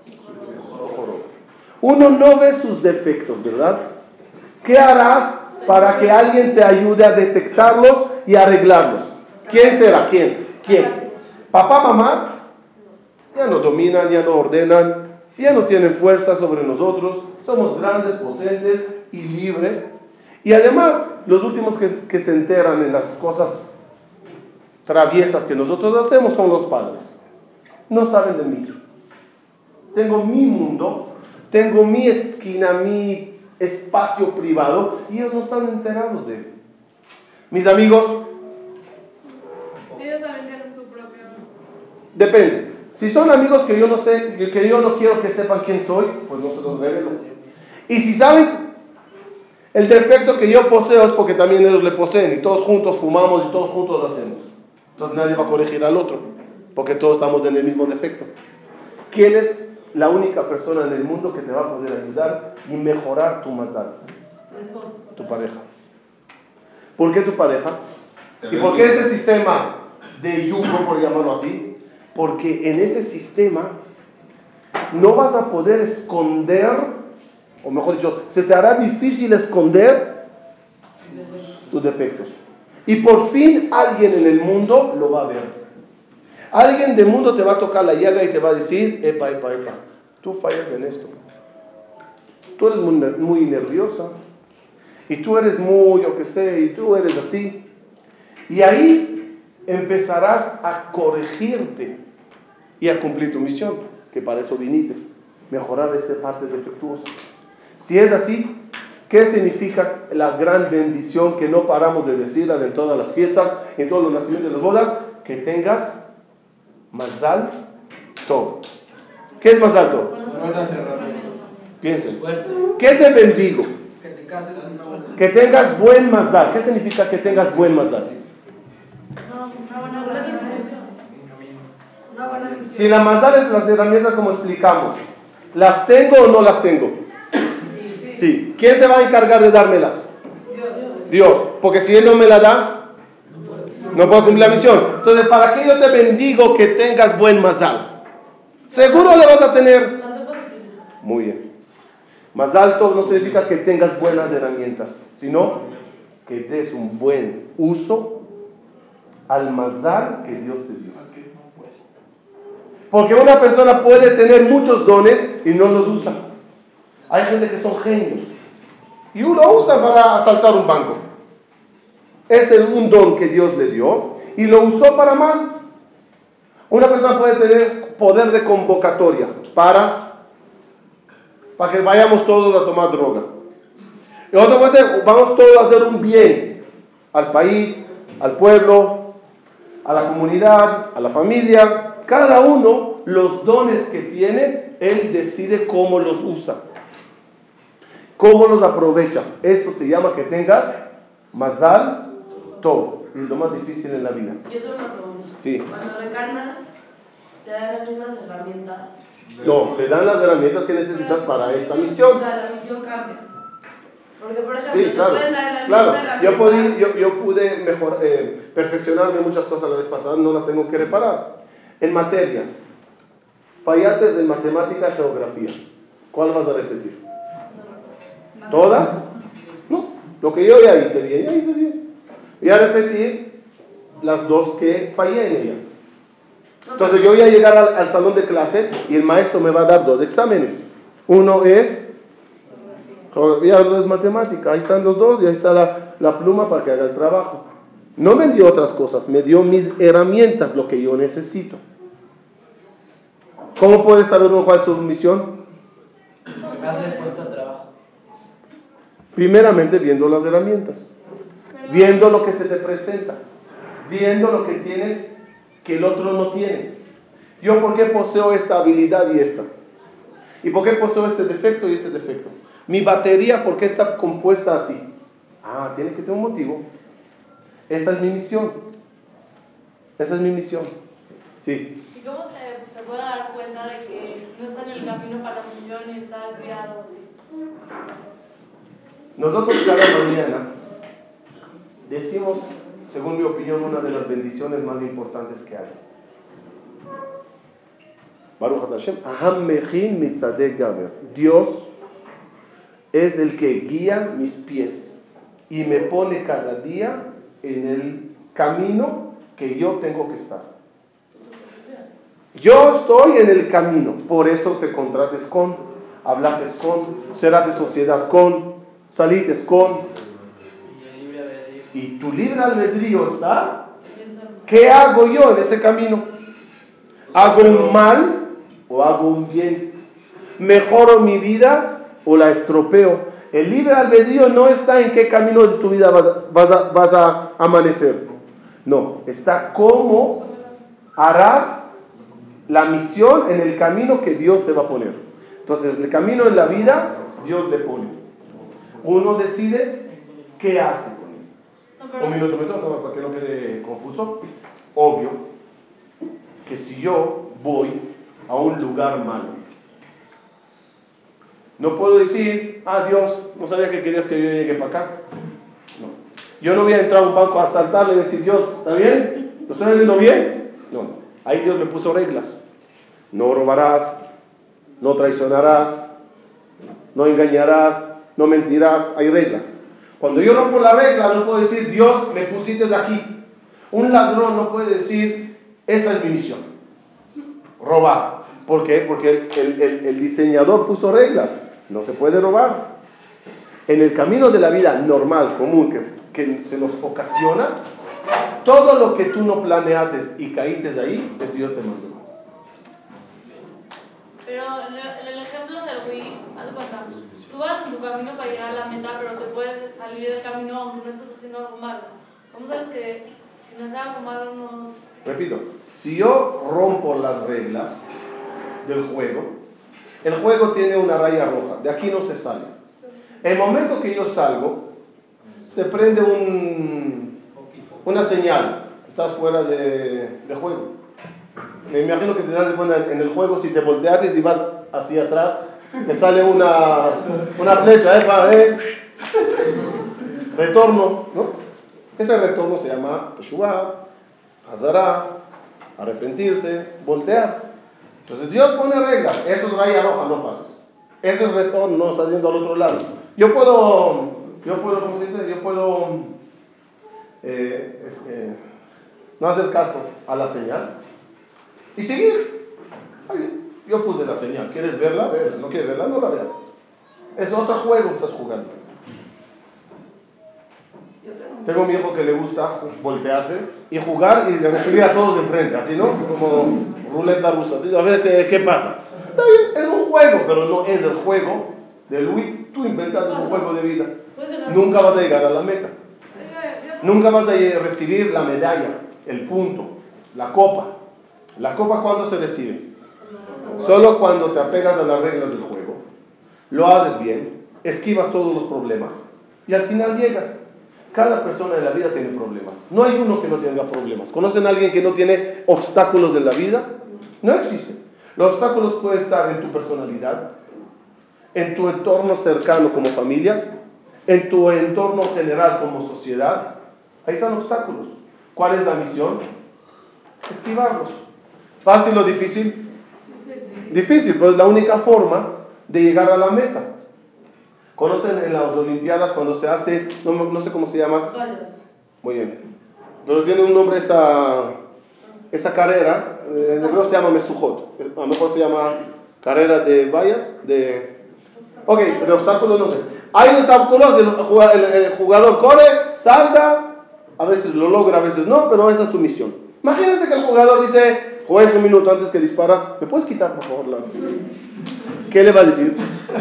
Uno no ve sus defectos, ¿verdad? ¿Qué harás para que alguien te ayude a detectarlos y arreglarlos? ¿Quién será? ¿Quién? Papá, mamá, ya no dominan, ya no ordenan, ya no tienen fuerza sobre nosotros. Somos grandes, potentes y libres. Y además, los últimos que se enteran en las cosas traviesas que nosotros hacemos son los padres. No saben de mí. Tengo mi mundo, tengo mi esquina, mi espacio privado, y ellos no están enterados de él. Mis amigos, Ellos también tienen su propio. depende. Si son amigos que yo no sé, que yo no quiero que sepan quién soy, pues no se los revelo. Y si saben el defecto que yo poseo, es porque también ellos le poseen, y todos juntos fumamos y todos juntos lo hacemos. Entonces nadie va a corregir al otro, porque todos estamos en el mismo defecto. ¿Quién es la única persona en el mundo que te va a poder ayudar y mejorar tu mazal? Tu pareja. ¿Por qué tu pareja? ¿Y por qué ese sistema de yugo, por llamarlo así? Porque en ese sistema no vas a poder esconder, o mejor dicho, se te hará difícil esconder tus defectos. Y por fin alguien en el mundo lo va a ver. Alguien del mundo te va a tocar la llaga y te va a decir, epa, tú fallas en esto. Tú eres muy nerviosa. Y tú eres muy, yo qué sé, y tú eres así. Y ahí empezarás a corregirte y a cumplir tu misión, que para eso viniste, mejorar esta parte defectuosa. Si es así, ¿qué significa la gran bendición que no paramos de decirlas en todas las fiestas, en todos los nacimientos de las bodas? Que tengas mazal tov. ¿Qué es mazal tov? Piensen. ¿Qué te bendigo? Que te cases con una buena. Que tengas buen mazal. ¿Qué significa que tengas buen mazal? Una buena disposición. Una buena misión. Si la mazal es las herramientas como explicamos, ¿las tengo o no las tengo? Sí. ¿Quién se va a encargar de dármelas? Dios. Porque si Él no me la da, no puedo cumplir la misión. Entonces, ¿para qué yo te bendigo que tengas buen mazal? Seguro le vas a tener. Las sepas utilizar. Muy bien. Mazal tov no significa que tengas buenas herramientas, sino que des un buen uso al mazal que Dios te dio. Porque una persona puede tener muchos dones y no los usa. Hay gente que son genios y uno usa para asaltar un banco. Es un don que Dios le dio y lo usó para mal. Una persona puede tener poder de convocatoria para que vayamos todos a tomar droga. Y otro puede ser, vamos todos a hacer un bien al país, al pueblo, a la comunidad, a la familia. Cada uno, los dones que tiene, él decide cómo los usa, cómo los aprovecha. Eso se llama que tengas mazal tov. Es lo más difícil en la vida. Yo tengo una pregunta. Sí. Cuando reencarnas, te dan las mismas herramientas. No, te dan las herramientas que necesitas para esta misión. O sea, la misión cambia. Porque, por ejemplo, Sí, te claro, pueden dar la claro. misma herramienta. Yo pude perfeccionarme muchas cosas la vez pasada, no las tengo que reparar. En materias, fallates en matemática y geografía, ¿cuál vas a repetir? ¿Todas? No, lo que yo ya hice bien. Ya repetí las dos que fallé en ellas. Entonces yo voy a llegar al salón de clase y el maestro me va a dar dos exámenes. Uno es geografía, otro es matemática. Ahí están los dos y ahí está la pluma para que haga el trabajo. No me dio otras cosas, me dio mis herramientas, lo que yo necesito. ¿Cómo puede saber uno cuál es su misión? Has dispuesto a trabajo. Primeramente viendo las herramientas, viendo lo que se te presenta, viendo lo que tienes que el otro no tiene. Yo, ¿por qué poseo esta habilidad y esta? ¿Y por qué poseo este defecto y este defecto? Mi batería, ¿por qué está compuesta así? Ah, tiene que tener un motivo. Esa es mi misión. Esa es mi misión. Sí. ¿Y cómo se puede dar cuenta de que no está en el camino para la misión y está desviado así? Nosotros cada mañana decimos, según mi opinión, una de las bendiciones más importantes que hay. Baruch Hashem, Aham Mechin Mitzadeh Gaber. Dios es el que guía mis pies y me pone cada día en el camino que yo tengo que estar. Yo estoy en el camino, por eso te contrates con, hablates con, serás de sociedad con, salites con. Y el libre albedrío. Y tu libre albedrío está. ¿Qué hago yo en ese camino? ¿Hago un mal o hago un bien? ¿Mejoro mi vida o la estropeo? El libre albedrío no está en qué camino de tu vida vas a amanecer. No, está cómo harás la misión en el camino que Dios te va a poner. Entonces, el camino en la vida, Dios le pone. Uno decide qué hace con él. Un minuto, para que no quede confuso. Obvio que si yo voy a un lugar malo, no puedo decir, Dios, no sabía que querías que yo llegue para acá. No. Yo no voy a entrar a un banco a asaltarle y decir, Dios, ¿está bien? ¿Lo estoy haciendo bien? No. Ahí Dios me puso reglas. No robarás, no traicionarás, no engañarás, no mentirás. Hay reglas. Cuando yo rompo la regla, no puedo decir, Dios, me pusiste aquí. Un ladrón no puede decir, esa es mi misión. Robar. ¿Por qué? Porque el diseñador puso reglas. No se puede robar. En el camino de la vida normal, común, que se nos ocasiona, todo lo que tú no planeaste y caíste ahí, es Dios te mandó. Pero en el ejemplo del Wii, haz de cuenta, tú vas en tu camino para llegar a la meta, pero te puedes salir del camino aunque no estés haciendo algo malo. ¿Cómo sabes que si no haces algo malo no...? Repito, si yo rompo las reglas del juego, el juego tiene una raya roja, de aquí no se sale. El momento que yo salgo, se prende una señal, estás fuera de juego. Me imagino que te das cuenta en el juego, si te volteas y vas hacia atrás, te sale una flecha, retorno, ¿no? Ese retorno se llama Teshuvah, Hazara, arrepentirse, voltear. Entonces Dios pone reglas, eso es raya roja, no pases. Eso es retorno, no estás yendo al otro lado. Yo puedo, ¿cómo se dice? Yo puedo no hacer caso a la señal y seguir. Yo puse la señal, ¿quieres verla? Verla. ¿No quieres verla? No la veas. Es otro juego que estás jugando. Tengo un viejo que le gusta voltearse y jugar y recibir a todos de frente, así, ¿no? Como ruleta rusa, así, a ver qué pasa. Está bien, es un juego, pero no es el juego de Luis. Tú inventas un juego de vida. Nunca vas a llegar a la meta. Nunca vas a recibir la medalla, el punto, la copa. ¿La copa cuándo se recibe? Solo cuando te apegas a las reglas del juego, lo haces bien, esquivas todos los problemas y al final llegas. Cada persona en la vida tiene problemas. No hay uno que no tenga problemas. ¿Conocen a alguien que no tiene obstáculos en la vida? No existe. Los obstáculos pueden estar en tu personalidad, en tu entorno cercano como familia, en tu entorno general como sociedad. Ahí están obstáculos. ¿Cuál es la misión? Esquivarlos. ¿Fácil o difícil? Difícil, pero es la única forma de llegar a la meta. ¿Conocen en las Olimpiadas cuando se hace, no sé cómo se llama? Vallas. Muy bien. Pero tiene un nombre esa carrera, en hebreo se llama Mesujot. A lo mejor se llama carrera de vallas, Ok, de obstáculos no sé. Hay obstáculos, el jugador corre, salta, a veces lo logra, a veces no, pero esa es su misión. Imagínense que el jugador dice, juez, un minuto antes que disparas, ¿me puedes quitar por favor? ¿Qué le va a decir?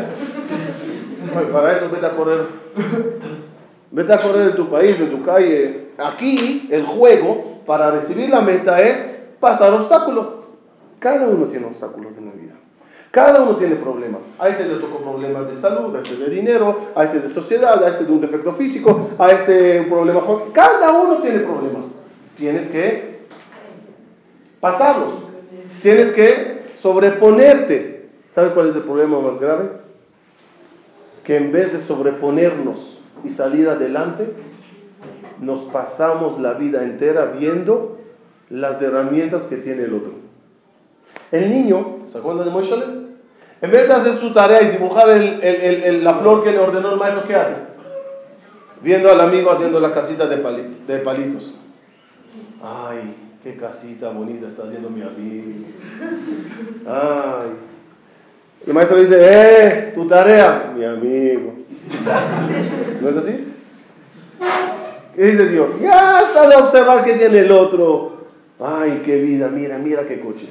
Bueno, para eso vete a correr. Vete a correr en tu país, en tu calle. Aquí el juego para recibir la meta es pasar obstáculos. Cada uno tiene obstáculos en la vida. Cada uno tiene problemas. A este le tocó problemas de salud, a este de dinero, a este de sociedad, a este de un defecto físico, a este un problema. Cada uno tiene problemas. Tienes que pasarlos. Tienes que sobreponerte. ¿Sabe cuál es el problema más grave? Que en vez de sobreponernos y salir adelante, nos pasamos la vida entera viendo las herramientas que tiene el otro. El niño, ¿se acuerdan de Moisés? En vez de hacer su tarea y dibujar la flor que le ordenó el maestro, ¿qué hace? Viendo al amigo haciendo la casita de palitos. Ay, qué casita bonita está haciendo mi amigo. Ay. El maestro dice, tu tarea, mi amigo. ¿No es así? ¿Qué dice Dios? Ya está de observar qué tiene el otro. Ay, qué vida, mira, mira qué coche.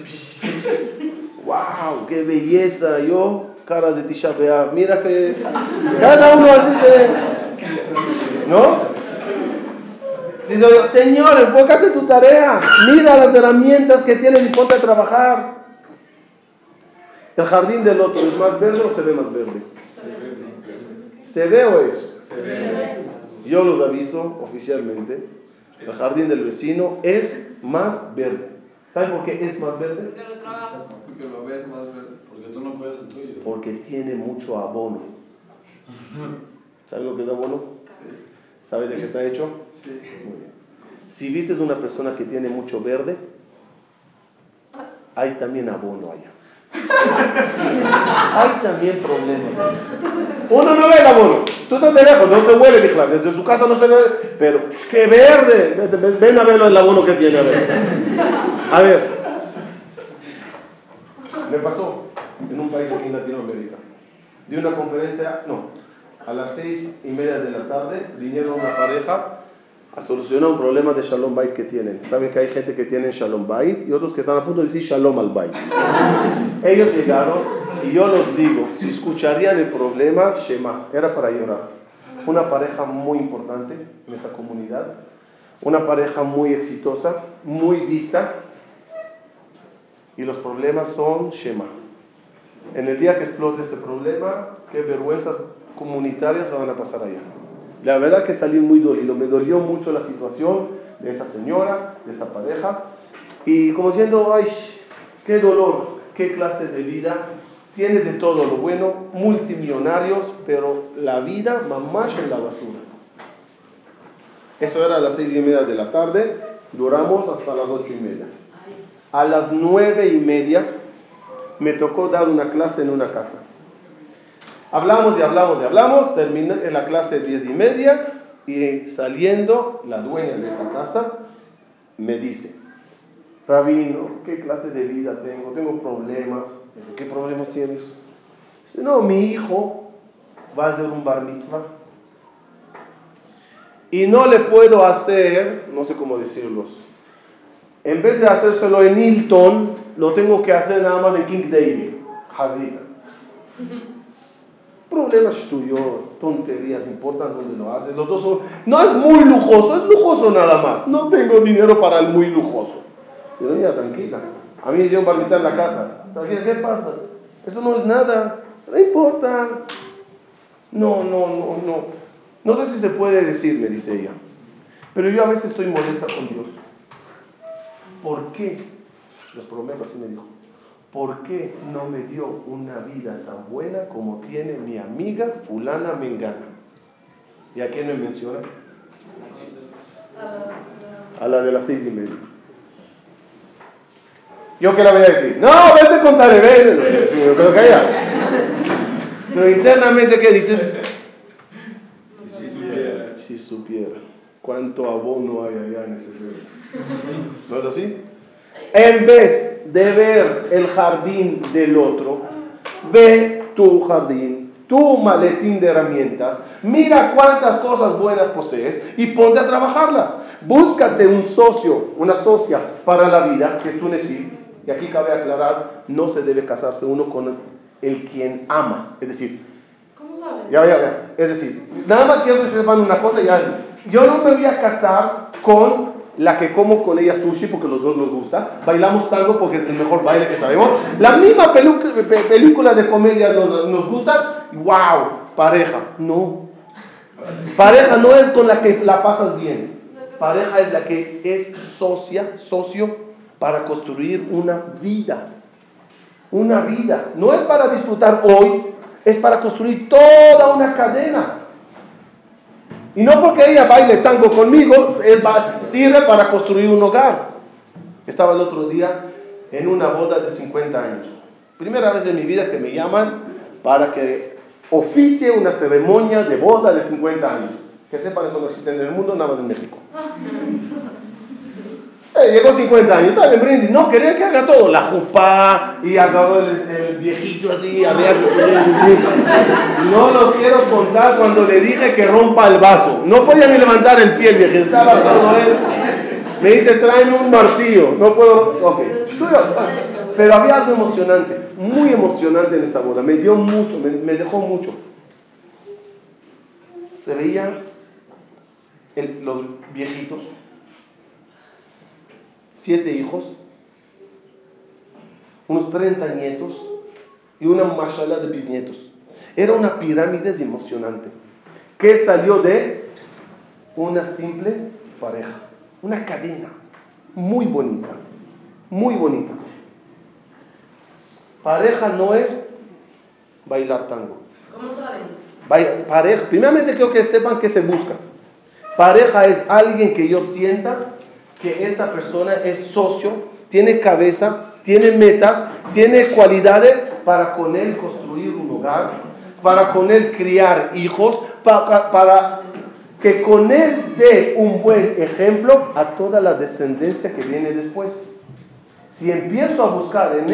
Wow, qué belleza. Yo, cara de Tisha B'Av, mira que cada uno así se... ¿No? Dice, Señor, enfócate en tu tarea. Mira las herramientas que tienes y ponte a trabajar. ¿El jardín del otro es más verde o se ve más verde? ¿Se ve o es? Se ve. Yo los aviso oficialmente. El jardín del vecino es más verde. ¿Saben por qué es más verde? Porque lo trabaja. Porque lo ves más verde. Porque tú no cuidas el tuyo. Porque tiene mucho abono. ¿Saben lo que es abono? ¿Sabes de qué está hecho? Sí. Muy bien. Si viste una persona que tiene mucho verde, hay también abono allá. Hay también problemas. Uno no ve el abono. Tú estás de lejos, no se huele, Bijla. Desde tu casa no se ve. Pero, ¡qué verde! Ven a verlo el abono que tiene. A ver. Me pasó en un país aquí en Latinoamérica. Di una conferencia, a las 6:30 de la tarde vinieron una pareja a solucionar un problema de Shalom Bait que tienen. Saben que hay gente que tiene Shalom Bait y otros que están a punto de decir Shalom al Bait. Ellos llegaron y yo los digo, si escucharían el problema, Shema, era para llorar. Una pareja muy importante en esa comunidad, una pareja muy exitosa, muy vista, y los problemas son Shema. En el día que explote ese problema, qué vergüenzas comunitarias van a pasar allá. La verdad que salí muy dolido, me dolió mucho la situación de esa señora, de esa pareja, y como diciendo, ay, qué dolor, qué clase de vida, tiene de todo lo bueno, multimillonarios, pero la vida mamash en la basura. Eso era a las 6:30 de la tarde, duramos hasta las 8:30. A las 9:30 me tocó dar una clase en una casa. Hablamos y hablamos y hablamos, terminé en la clase 10:30 y saliendo la dueña de esa casa me dice, Rabino, ¿qué clase de vida tengo? Tengo problemas. ¿Qué problemas tienes? Dice, no, mi hijo va a hacer un bar mitzvah y no le puedo hacer, no sé cómo decirlos, en vez de hacérselo en Hilton, lo tengo que hacer nada más en King David, Hazita. Problemas tuyos, tonterías, importan dónde lo haces. Los dos son, no es muy lujoso, es lujoso nada más. No tengo dinero para el muy lujoso. Si no, mira, tranquila. A mí me hicieron bar mitzvah en la casa. Tranquila, ¿qué pasa? Eso no es nada. No importa. No. No sé si se puede decir, me dice ella. Pero yo a veces estoy molesta con Dios. ¿Por qué? Los prometo, así me dijo. ¿Por qué no me dio una vida tan buena como tiene mi amiga fulana mengana? ¿Y a quién me menciona? A la de las 6:30. ¿Yo qué le voy a decir? No, vete con Tare, vete. Pero calla. Pero internamente, ¿qué dices? Si supiera. ¿Cuánto abono hay allá en ese lugar? ¿No es así? En vez de ver el jardín del otro, ve tu jardín, tu maletín de herramientas, mira cuántas cosas buenas posees y ponte a trabajarlas. Búscate un socio, una socia para la vida, que es tu Nesí. Y aquí cabe aclarar, no se debe casarse uno con el quien ama. Es decir, ¿Cómo sabes? Ya. Es decir, nada más quiero que sepan una cosa. Yo no me voy a casar con la que como con ella sushi porque los dos nos gusta, bailamos tango porque es el mejor baile que sabemos, la misma película de comedia nos gusta, wow, pareja, no. Pareja no es con la que la pasas bien, pareja es la que es socio para construir una vida, no es para disfrutar hoy, es para construir toda una cadena. Y no porque ella baile tango conmigo, sirve para construir un hogar. Estaba el otro día en una boda de 50 años. Primera vez en mi vida que me llaman para que oficie una ceremonia de boda de 50 años. Que sepan, eso no existe en el mundo, nada más en México. Llegó 50 años, estaba en brindis, no, quería que haga todo, la jupá, y agarró el viejito así, no los quiero contar cuando le dije que rompa el vaso, no podía ni levantar el pie el viejito, estaba todo él, me dice, tráeme un martillo, no puedo, ok, pero había algo emocionante, muy emocionante en esa boda, me dio mucho, me dejó mucho, se veía los viejitos, 7 hijos, unos 30 nietos y una mashallah de bisnietos. Era una pirámide emocionante que salió de una simple pareja, una cadena muy bonita, muy bonita. Pareja no es bailar tango. ¿Cómo saben? Pareja, primeramente creo que sepan qué se busca. Pareja es alguien que yo sienta que esta persona es socio, tiene cabeza, tiene metas, tiene cualidades para con él construir un hogar, para con él criar hijos, para que con él dé un buen ejemplo a toda la descendencia que viene después. Si empiezo a buscar en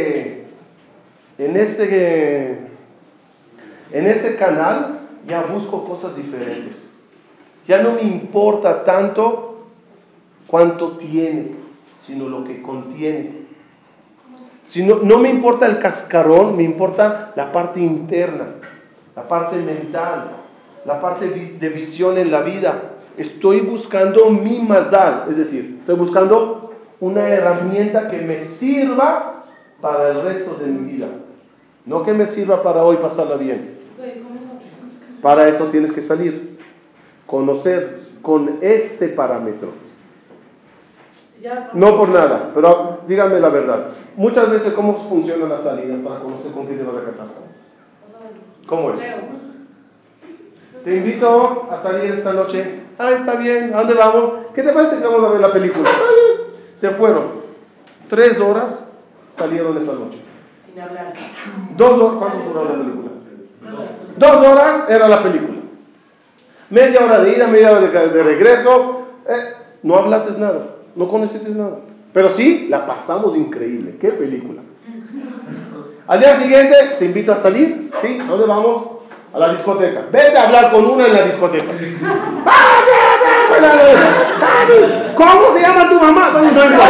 ese canal, ya busco cosas diferentes. Ya no me importa tanto cuánto tiene, sino lo que contiene. No me importa el cascarón, me importa la parte interna, la parte mental, la parte de visión en la vida. Estoy buscando mi mazal, es decir, estoy buscando una herramienta que me sirva para el resto de mi vida. No que me sirva para hoy pasarla bien. Para eso tienes que salir, conocer con este parámetro. No por nada, pero díganme la verdad. Muchas veces, ¿cómo funcionan las salidas para conocer con quién te vas a casar? ¿Cómo es? Te invito a salir esta noche. Ah, está bien. ¿A dónde vamos? ¿Qué te parece si vamos a ver la película? Se fueron. 3 horas salieron esa noche. Sin hablar. 2 horas. ¿Cuánto duró la película? 2 horas era la película. Media hora de ida, media hora de regreso. No hablaste nada. No conociste nada. Pero sí, la pasamos increíble. ¿Qué película? Al día siguiente, te invito a salir. ¿Sí? ¿A dónde vamos? A la discoteca. Vete a hablar con una en la discoteca. ¿Cómo se llama tu mamá? No importa.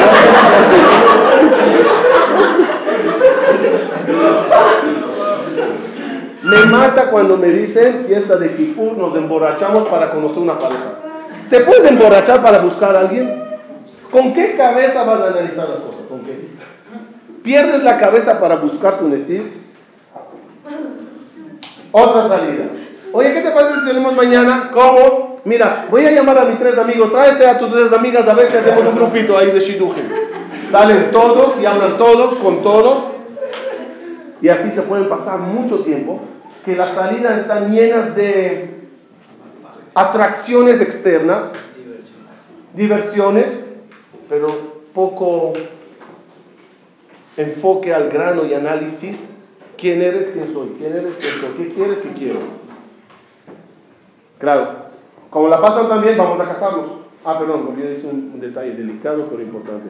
Me mata cuando me dicen fiesta de Kipur, nos emborrachamos para conocer una pareja. ¿Te puedes emborrachar para buscar a alguien? ¿Con qué cabeza vas a analizar las cosas? ¿Con qué? ¿Pierdes la cabeza para buscar tu nesir? Otra salida. Oye, ¿qué te parece si salimos mañana? ¿Cómo? Mira, voy a llamar a mis 3 amigos. Tráete a tus 3 amigas a ver si hacemos un grupito ahí de shidujim. Salen todos y hablan todos con todos. Y así se pueden pasar mucho tiempo. Que las salidas están llenas de atracciones externas, diversiones, pero poco enfoque al grano y análisis. ¿Quién eres? ¿Quién soy? ¿Quién eres? ¿Quién soy? ¿Qué quieres? ¿Qué quiero? Claro, como la pasan también, vamos a casarnos. Perdón, olvidé decir un detalle delicado pero importante.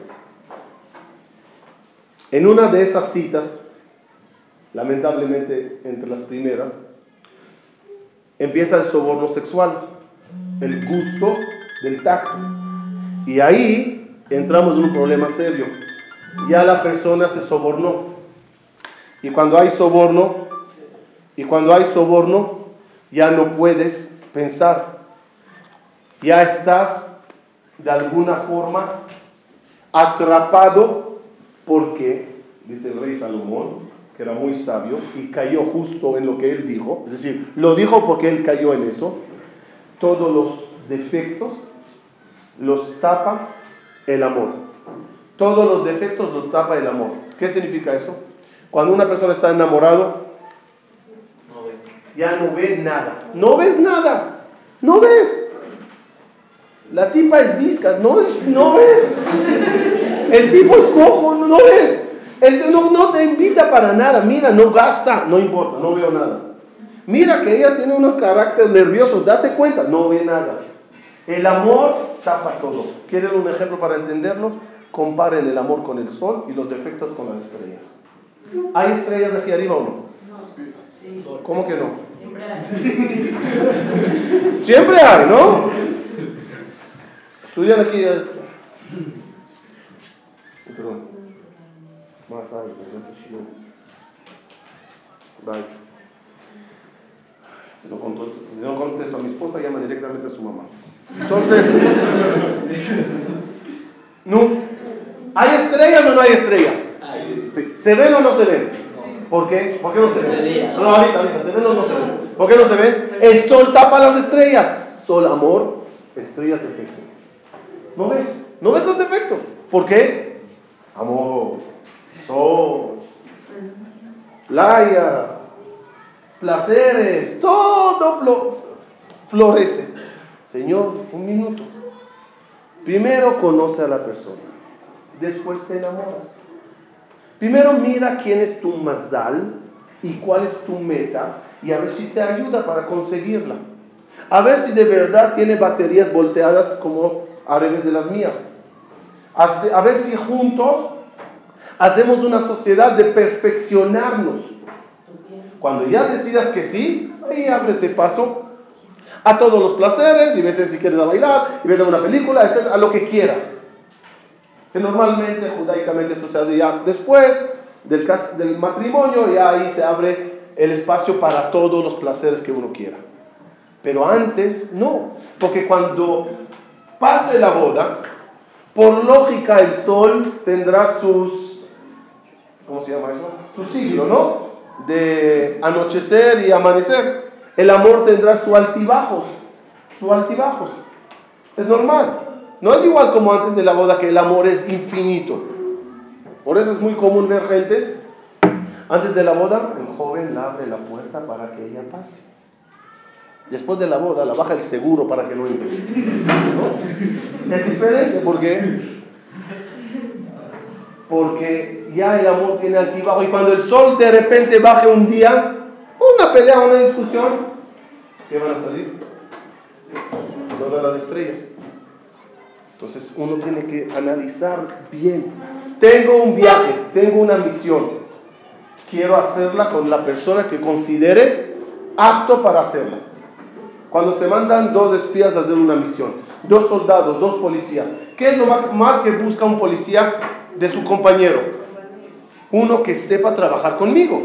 En una de esas citas, lamentablemente entre las primeras, empieza el soborno sexual, el gusto del tacto. Y ahí entramos en un problema serio. Ya la persona se sobornó. Y cuando hay soborno, ya no puedes pensar. Ya estás de alguna forma atrapado porque, dice el rey Salomón, que era muy sabio y cayó justo en lo que él dijo, es decir, lo dijo porque él cayó en eso. Todos los defectos los tapa el amor. Todos los defectos los tapa el amor. ¿Qué significa eso? Cuando una persona está enamorado, ya no ve nada. No ves nada. No ves. La tipa es visca. No ves. El tipo es cojo. No ves. No te invita para nada. Mira, no gasta. No importa. No veo nada. Mira que ella tiene un carácter nervioso. Date cuenta. No ve nada. El amor tapa todo. ¿Quieren un ejemplo para entenderlo? Comparen el amor con el sol y los defectos con las estrellas. ¿Hay estrellas aquí arriba o no? Sí. ¿Cómo que no? Siempre hay. Siempre hay, ¿no? Estudian aquí. Perdón. Más algo. Bye. Si no contesto a mi esposa, llama directamente a su mamá. Entonces, no. ¿Hay estrellas o no hay estrellas? Sí. ¿Se ven o no se ven? ¿Por qué? ¿Por qué no se ven? No, ahorita, ¿se ven o no se ven? ¿Por qué no se ven? El sol tapa las estrellas. Sol, amor, estrellas, defecto. ¿No ves? ¿No ves los defectos? ¿Por qué? Amor, sol, playa, placeres, todo florece. Señor, un minuto. Primero conoce a la persona, después te enamoras. Primero mira quién es tu mazal y cuál es tu meta y a ver si te ayuda para conseguirla. A ver si de verdad tiene baterías volteadas como a revés de las mías. A ver si juntos hacemos una sociedad de perfeccionarnos. Cuando ya decidas que sí, ahí ábrete paso a todos los placeres y vete si quieres a bailar y vete a una película, etc., a lo que quieras. Que normalmente, judaicamente, eso se hace ya después del matrimonio, ya ahí se abre el espacio para todos los placeres que uno quiera. Pero antes, no. Porque cuando pase la boda, por lógica el sol tendrá sus, ¿cómo se llama eso? Su ciclo, ¿no? De anochecer y amanecer. El amor tendrá sus altibajos. Es normal. No es igual como antes de la boda, que el amor es infinito. Por eso es muy común ver gente, antes de la boda, el joven le abre la puerta para que ella pase. Después de la boda, la baja el seguro para que no entre. ¿No? Es diferente, porque ya el amor tiene altibajo. Y cuando el sol de repente baje un día, una pelea, una discusión, ¿qué van a salir? Todas las estrellas. Entonces uno tiene que analizar bien. Tengo un viaje, tengo una misión. Quiero hacerla con la persona que considere apto para hacerla. Cuando se mandan 2 espías a hacer una misión, 2 soldados, 2 policías, ¿qué es lo más que busca un policía de su compañero? Uno que sepa trabajar conmigo.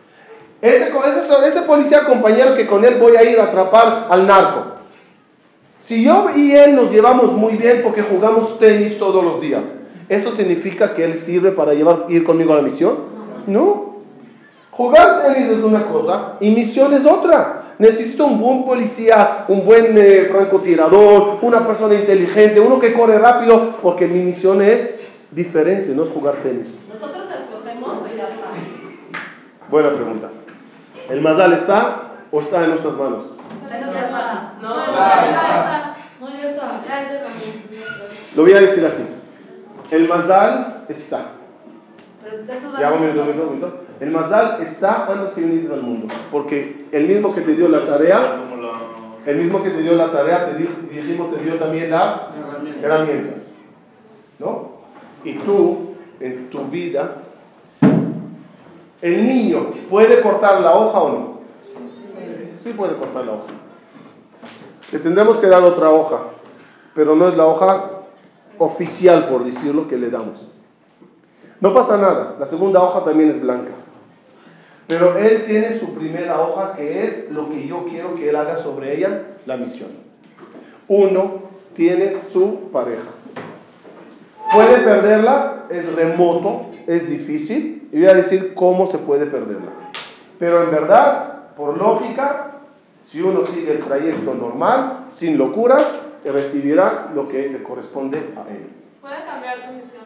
Ese policía compañero que con él voy a ir a atrapar al narco. Si yo y él nos llevamos muy bien porque jugamos tenis todos los días, ¿eso significa que él sirve para ir conmigo a la misión? No. Jugar tenis es una cosa y misión es otra. Necesito un buen policía, un buen francotirador, una persona inteligente, uno que corre rápido, porque mi misión es diferente, no es jugar tenis. ¿Nosotros la escogemos o ya está? Buena pregunta. ¿El mazal está o está en nuestras manos? Está en nuestras manos. No, ya está. Ya es el camino. Lo voy a decir así. El mazal está. Pero está en tus Ya, un manos. minuto. El mazal está antes que viniste al mundo. Porque el mismo que te dio la tarea, dijimos, te dio también las herramientas. ¿No? Y tú, en tu vida, ¿el niño puede cortar la hoja o no? Sí puede cortar la hoja. Le tendremos que dar otra hoja, pero no es la hoja oficial, por decirlo, que le damos. No pasa nada, la segunda hoja también es blanca. Pero él tiene su primera hoja, que es lo que yo quiero que él haga sobre ella, la misión. Uno tiene su pareja. Puede perderla, es remoto, es difícil, y voy a decir cómo se puede perderla. Pero en verdad, por lógica, si uno sigue el trayecto normal, sin locuras, recibirá lo que le corresponde a él. ¿Puede cambiar tu misión?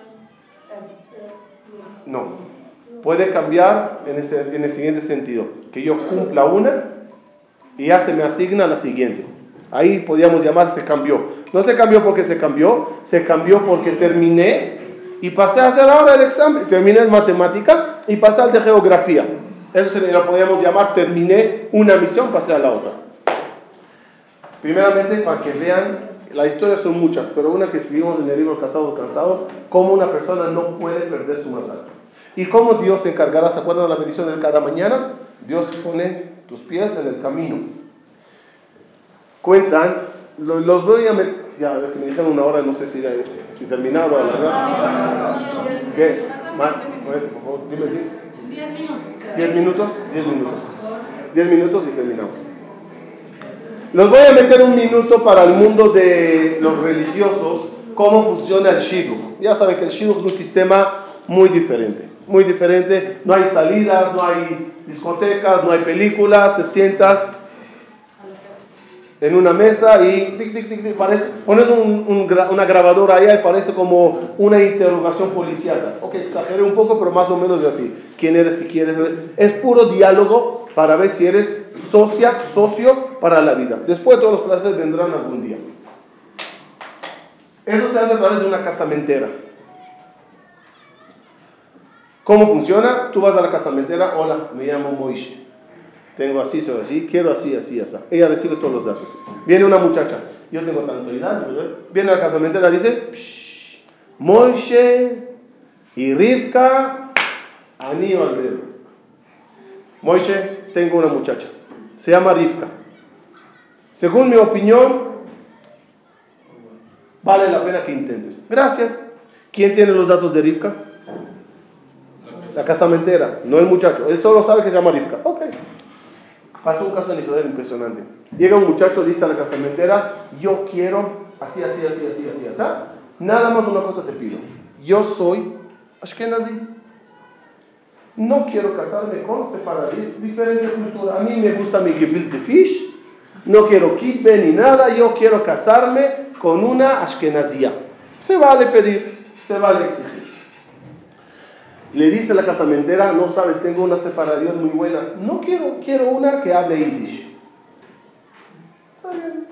No. Puede cambiar en el siguiente sentido, que yo cumpla una y ya se me asigna la siguiente. Ahí podríamos llamar se cambió. No se cambió porque se cambió porque terminé y pasé a hacer ahora el examen. Terminé en matemática y pasé al de geografía. Eso lo podríamos llamar terminé una misión, pasé a la otra. Primeramente, para que vean las historias son muchas, pero una que escribimos en el libro Casados Cansados, cómo una persona no puede perder su mazal. Y cómo Dios se encargará, ¿se acuerdan de la bendición de cada mañana? Dios pone tus pies en el camino. Cuentan, los voy a meter, ya, que me dijeron una hora, no sé si terminaron o alargar. ¿Qué? Maestro, por favor, dime. 10 minutos. 10 minutos, 10 minutos. 10 minutos y terminamos. Los voy a meter un minuto para el mundo de los religiosos, cómo funciona el shidduch. Ya saben que el shidduch es un sistema muy diferente. Muy diferente, no hay salidas, no hay discotecas, no hay películas, te sientas en una mesa y pones una grabadora allá y parece como una interrogación policial. Ok, exageré un poco, pero más o menos es así. ¿Quién eres? ¿Qué quieres? Es puro diálogo para ver si eres socio para la vida. Después todos los placeres vendrán algún día. Eso se hace a través de una casamentera. ¿Cómo funciona? Tú vas a la casamentera, hola, me llamo Moishe. Tengo así, soy así, quiero así, así, así. Ella recibe todos los datos. Viene una muchacha, yo tengo tanta edad, viene a la casamentera, dice, Moishe y Rivka, anillo al dedo. Moishe, tengo una muchacha, se llama Rivka. Según mi opinión, vale la pena que intentes. Gracias. ¿Quién tiene los datos de Rivka? La casamentera, no el muchacho. Él solo sabe que se llama Rivka. Ok. Pasó un caso en Israel impresionante. Llega un muchacho, dice a la casamentera, yo quiero así. Nada más una cosa te pido. Yo soy Ashkenazi. No quiero casarme con sefaradí, es diferente cultura. A mí me gusta mi gefilte fish. No quiero kibbeh ni nada. Yo quiero casarme con una Ashkenazía. Se vale pedir, se vale exigir. Le dice la casamentera, no sabes, tengo unas sefaradíes muy buenas. No quiero una que hable yiddish. Está bien.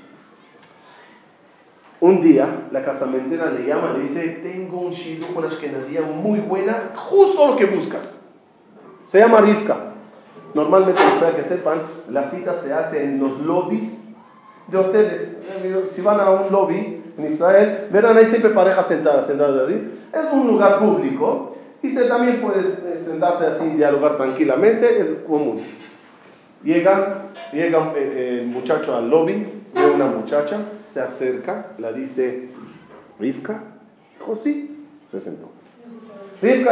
Un día, la casamentera le llama, le dice, tengo un shidduch con ashkenazía muy buena, justo lo que buscas. Se llama Rivka. Normalmente, para que sepan, la cita se hace en los lobbies de hoteles. Si van a un lobby en Israel, verán ahí siempre parejas sentadas así. Es un lugar público. Y también puedes sentarte así y dialogar tranquilamente, es común. Llega el muchacho al lobby, ve una muchacha, se acerca, la dice, Rivka, dijo sí, se sentó. Rivka,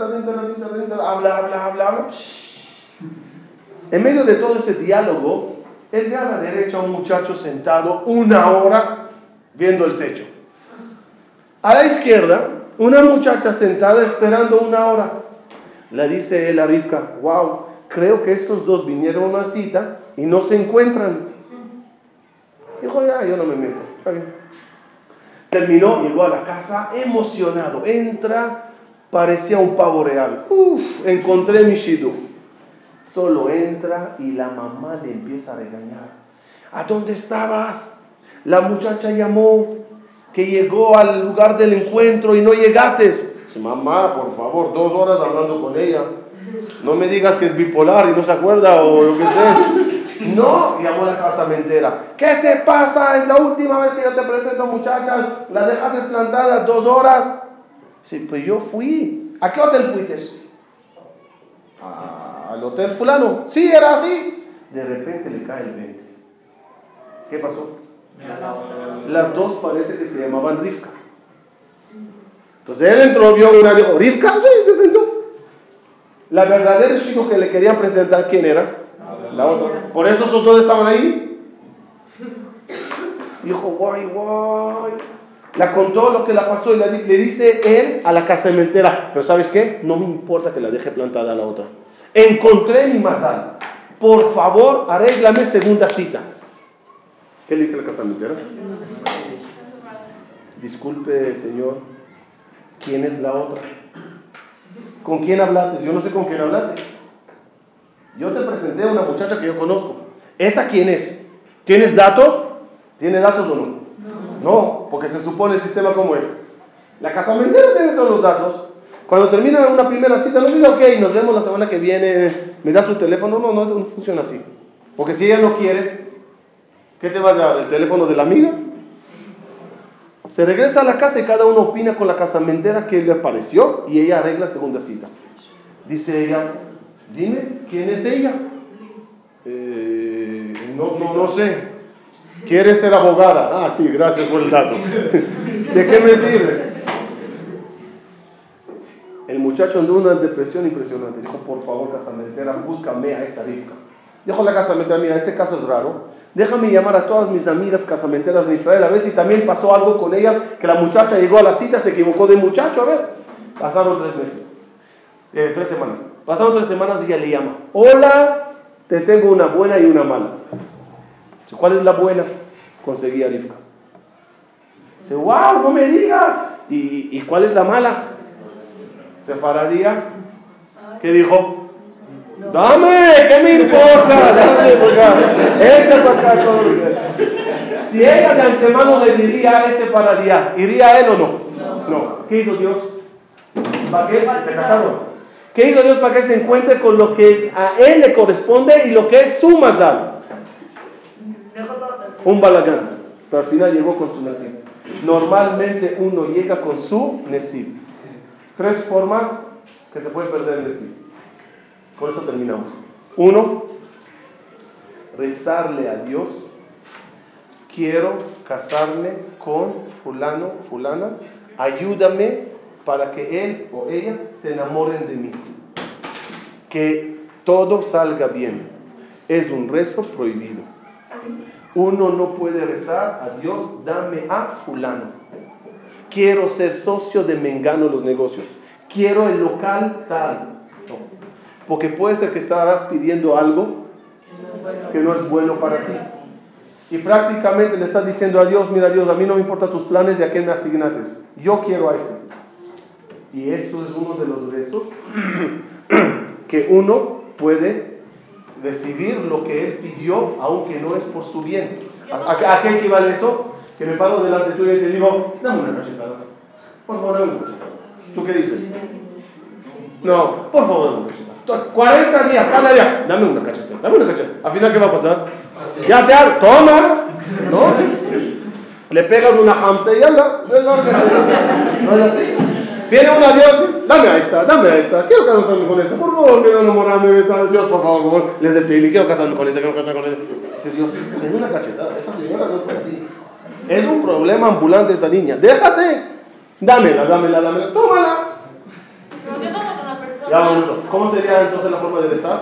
habla. En medio de todo ese diálogo, él ve a la derecha a un muchacho sentado 1 hora viendo el techo. A la izquierda, una muchacha sentada esperando 1 hora. Le dice él a Rivka, wow, creo que estos dos vinieron a una cita y no se encuentran. Dijo, ya, yo no me meto, está bien. Terminó, llegó a la casa emocionado. Entra, parecía un pavo real. Encontré mi shidduch. Solo entra y la mamá le empieza a regañar. ¿A dónde estabas? La muchacha llamó que llegó al lugar del encuentro y no llegaste. Mamá, por favor, 2 horas hablando con ella. No me digas que es bipolar y no se acuerda o lo que sé. No, llamó a la casamentera. ¿Qué te pasa? Es la última vez que yo te presento, muchacha. La dejaste plantada 2 horas. Sí, pues yo fui. ¿A qué hotel fuiste? Al hotel fulano. Sí, era así. De repente le cae el 20. ¿Qué pasó? Las dos parece que se llamaban Rivka. Entonces él entró, vio una, dijo, ¿Rivka? Sí, se sentó. La verdadera shidduch que le querían presentar, ¿quién era? La otra. Por eso esos dos estaban ahí. Dijo, guay. La contó lo que la pasó y le dice él a la casamentera, pero ¿sabes qué? No me importa que la deje plantada a la otra. Encontré mi mazal. Por favor, arréglame segunda cita. ¿Qué le dice la casamentera? Disculpe, señor, ¿quién es la otra? ¿Con quién hablaste? Yo no sé con quién hablaste. Yo te presenté a una muchacha que yo conozco. ¿Esa quién es? ¿Tienes datos? ¿Tiene datos o no? No, porque se supone el sistema como es. La casamentera tiene todos los datos. Cuando termina una primera cita, no dice, ok, nos vemos la semana que viene, me das tu teléfono. No, eso no funciona así. Porque si ella no quiere, ¿qué te va a dar? ¿El teléfono de la amiga? Se regresa a la casa y cada uno opina con la casamentera qué le pareció y ella arregla segunda cita. Dice ella, dime, ¿quién es ella? No sé. ¿Quieres ser abogada? Ah, sí, gracias por el dato. ¿De qué me sirve? El muchacho andó en una depresión impresionante. Dijo, por favor, casamentera, búscame a esa Rivka. Dijo la casamentera, mira, este caso es raro. Déjame llamar a todas mis amigas casamenteras de Israel a ver si también pasó algo con ellas, que la muchacha llegó a la cita, se equivocó de muchacho. A ver, pasaron 3 meses. 3 semanas. Pasaron 3 semanas y ella le llama. Hola, te tengo una buena y una mala. ¿Cuál es la buena? Conseguí a Rivka. Dice, wow, no me digas. ¿Y cuál es la mala? Sefaradía. ¿Qué dijo? Dame, ¿qué me importa? Dame para acá. Echa para acá todo lo que... Si ella de antemano le diría a ese sefaradía, ¿iría a él o no? No. ¿Qué hizo Dios? ¿Para qué se casaron? ¿Qué hizo Dios para que se encuentre con lo que a él le corresponde y lo que es su mazal? Un balagán, pero al final llegó con su nesib. Normalmente uno llega con su nesib. 3 formas que se puede perder el nesib. Con esto terminamos. 1, rezarle a Dios. Quiero casarme con fulano, fulana. Ayúdame para que él o ella se enamoren de mí. Que todo salga bien. Es un rezo prohibido. Uno no puede rezar a Dios, dame a fulano. Quiero ser socio de Mengano los negocios. Quiero el local tal. No. Porque puede ser que estarás pidiendo algo que no es bueno para ti. Y prácticamente le estás diciendo a Dios, mira Dios, a mí no me importan tus planes, de a qué me asignates. Yo quiero a este. Y eso es uno de los rezos que uno puede recibir lo que él pidió, aunque no es por su bien. ¿A qué equivale eso? Que me paro delante tuyo y te digo, dame una cachetada. Por favor, dame una cachetada. ¿Tú qué dices? No, por favor, dame una cachetada. 40 días, cada día, dame una cachetada, dame una cachetada. Al final, ¿qué va a pasar? Ya te hago, toma, ¿no? Le pegas una hamsa y anda. ¿No es así? Viene un Dios, dame a esta, quiero casarme con esta, por favor, quiero enamorarme de esta, Dios, por favor, les del Tili, quiero casarme con esta, quiero casarme con esta. Dice Dios, es una cachetada, esta señora no es para ti. Es un problema ambulante esta niña, déjate, dámela, tómala. ¿Pero qué pasa con la persona? Ya, un minuto. ¿Cómo sería entonces la forma de rezar?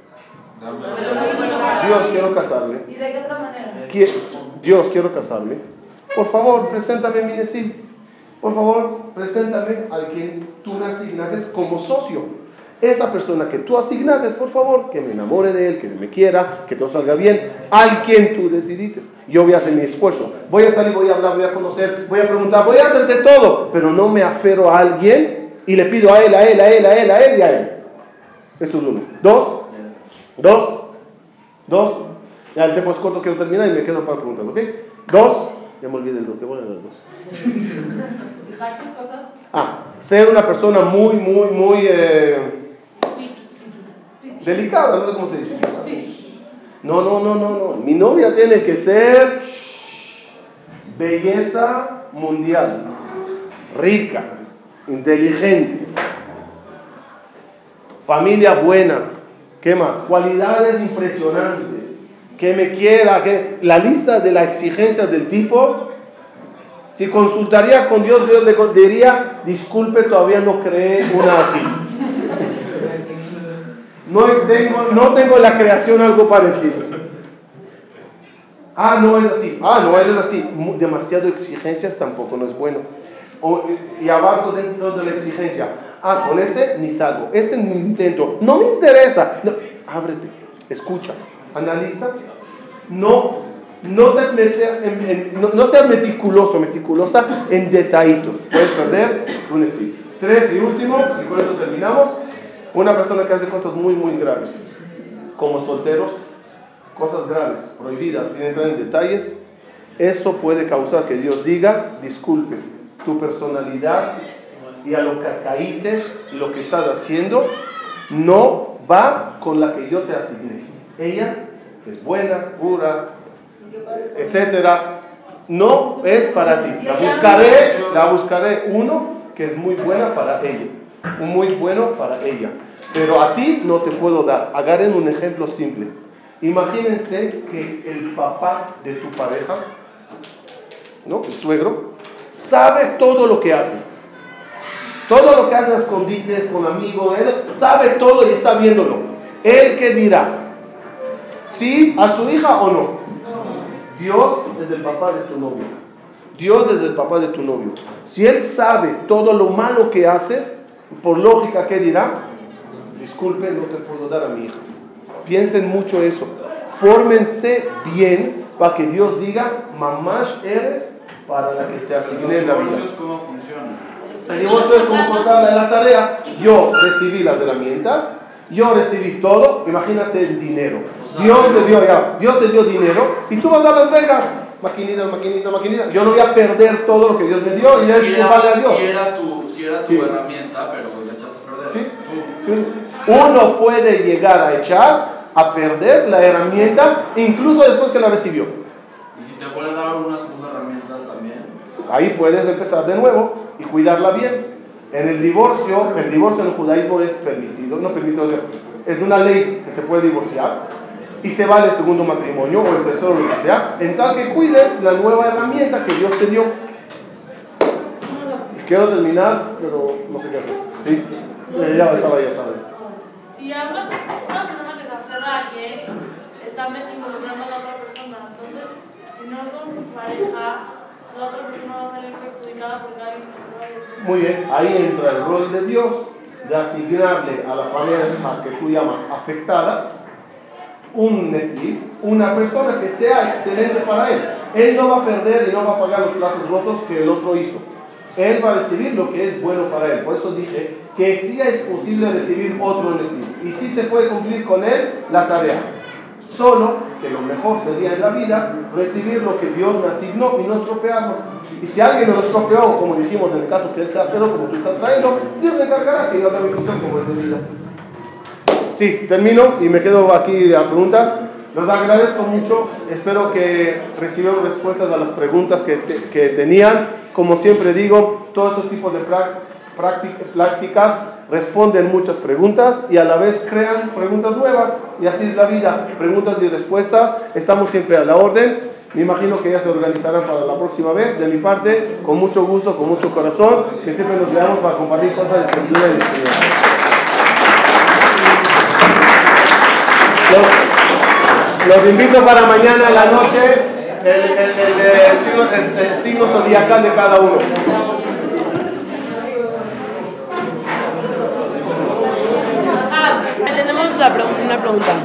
Dios, quiero casarme. ¿Y de qué otra manera? Dios, quiero casarme. Por favor, preséntame mi nesib. Por favor, preséntame al quien tú me asignates como socio. Esa persona que tú asignates, por favor, que me enamore de él, que me quiera, que todo salga bien. Al quien tú decidites. Yo voy a hacer mi esfuerzo. Voy a salir, voy a hablar, voy a conocer, voy a preguntar, voy a hacer de todo. Pero no me aferro a alguien y le pido a él y a él. Eso es uno. Dos. Ya el tiempo es corto, quiero terminar y me quedo para preguntar, ¿ok? 2. Ya me olvidé el 2. ¿Qué voy a dar 2? Fijarse en cosas. Ser una persona muy delicada, no sé cómo se dice. No. Mi novia tiene que ser belleza mundial, rica, inteligente, familia buena. ¿Qué más? Cualidades impresionantes. Que me quiera, que la lista de las exigencias del tipo, si consultaría con Dios, Dios le diría, disculpe, todavía no creé una así. No tengo en la creación algo parecido. No es así. No, él es así. Demasiado exigencias tampoco no es bueno. Y abarco dentro de la exigencia. Con este ni salgo. Este ni intento. No me interesa. No, ábrete, escucha, analiza. No te metas no seas meticulosa en detallitos. Puedes perder un sí. 3 y último, y con eso terminamos. Una persona que hace cosas muy graves, como solteros, cosas graves, prohibidas, sin entrar en detalles, eso puede causar que Dios diga, disculpe, tu personalidad y a lo que caítes, lo que estás haciendo, no va con la que yo te asigné. Ella es buena, pura, etcétera. no es para ti. La buscaré uno que es muy buena para ella, muy bueno para ella. Pero a ti no te puedo dar. Agarren un ejemplo simple. Imagínense que el papá de tu pareja, ¿no? El suegro, sabe todo lo que haces. Todo lo que haces a escondites, con amigos, él sabe todo y está viéndolo. ¿Él qué dirá? ¿Sí a su hija o no? Dios es el papá de tu novio. Dios es el papá de tu novio. Si él sabe todo lo malo que haces, por lógica, ¿qué dirá? Disculpe, no te puedo dar a mi hija. Piensen mucho eso. Fórmense bien para que Dios diga, mamás eres para la que te asigné en la vida. ¿Cómo funciona? El divorcio es como contarle la tarea. Yo recibí las herramientas, yo recibí todo. Imagínate el dinero. Dios te dio dinero y tú vas a Las Vegas. Maquinitas. Yo no voy a perder todo lo que Dios me dio y es culpable a Dios. Si era tu herramienta, pero la echaste a perder. Sí. Uno puede llegar a echar a perder la herramienta incluso después que la recibió. Y si te puede dar una segunda herramienta también. Ahí puedes empezar de nuevo y cuidarla bien. En el divorcio en el judaísmo es permitido, es una ley que se puede divorciar y se vale el segundo matrimonio o el tercero, lo que sea, en tal que cuides la nueva herramienta que Dios te dio. Quiero terminar, pero no sé qué hacer. ¿Sí? Ya estaba ahí. Si una persona que se aferra a alguien está involucrando a la otra persona, entonces si no son pareja, la otra persona va a salir perjudicada porque alguien se aferra a ella. Muy bien, ahí entra el rol de Dios de asignarle a la pareja que tú llamas afectada un nesí, una persona que sea excelente para él. Él no va a perder y no va a pagar los platos rotos que el otro hizo. Él va a recibir lo que es bueno para él. Por eso dije que sí es posible recibir otro nesí y sí se puede cumplir con él la tarea. Solo que lo mejor sería en la vida recibir lo que Dios me asignó y no estropearlo. Y si alguien me lo estropeó, como dijimos en el caso que él se aferró, como tú estás trayendo, Dios se encargará que yo haga mi misión como es de vida. Sí, termino y me quedo aquí a preguntas. Los agradezco mucho. Espero que reciban respuestas a las preguntas que tenían. Como siempre digo, todos esos tipos de prácticas responden muchas preguntas y a la vez crean preguntas nuevas. Y así es la vida. Preguntas y respuestas. Estamos siempre a la orden. Me imagino que ya se organizarán para la próxima vez. De mi parte, con mucho gusto, con mucho corazón, que siempre nos veamos para compartir cosas de sabiduría y de enseñanza. Los invito para mañana en la noche el signo zodiacal de cada uno. Tenemos una pregunta.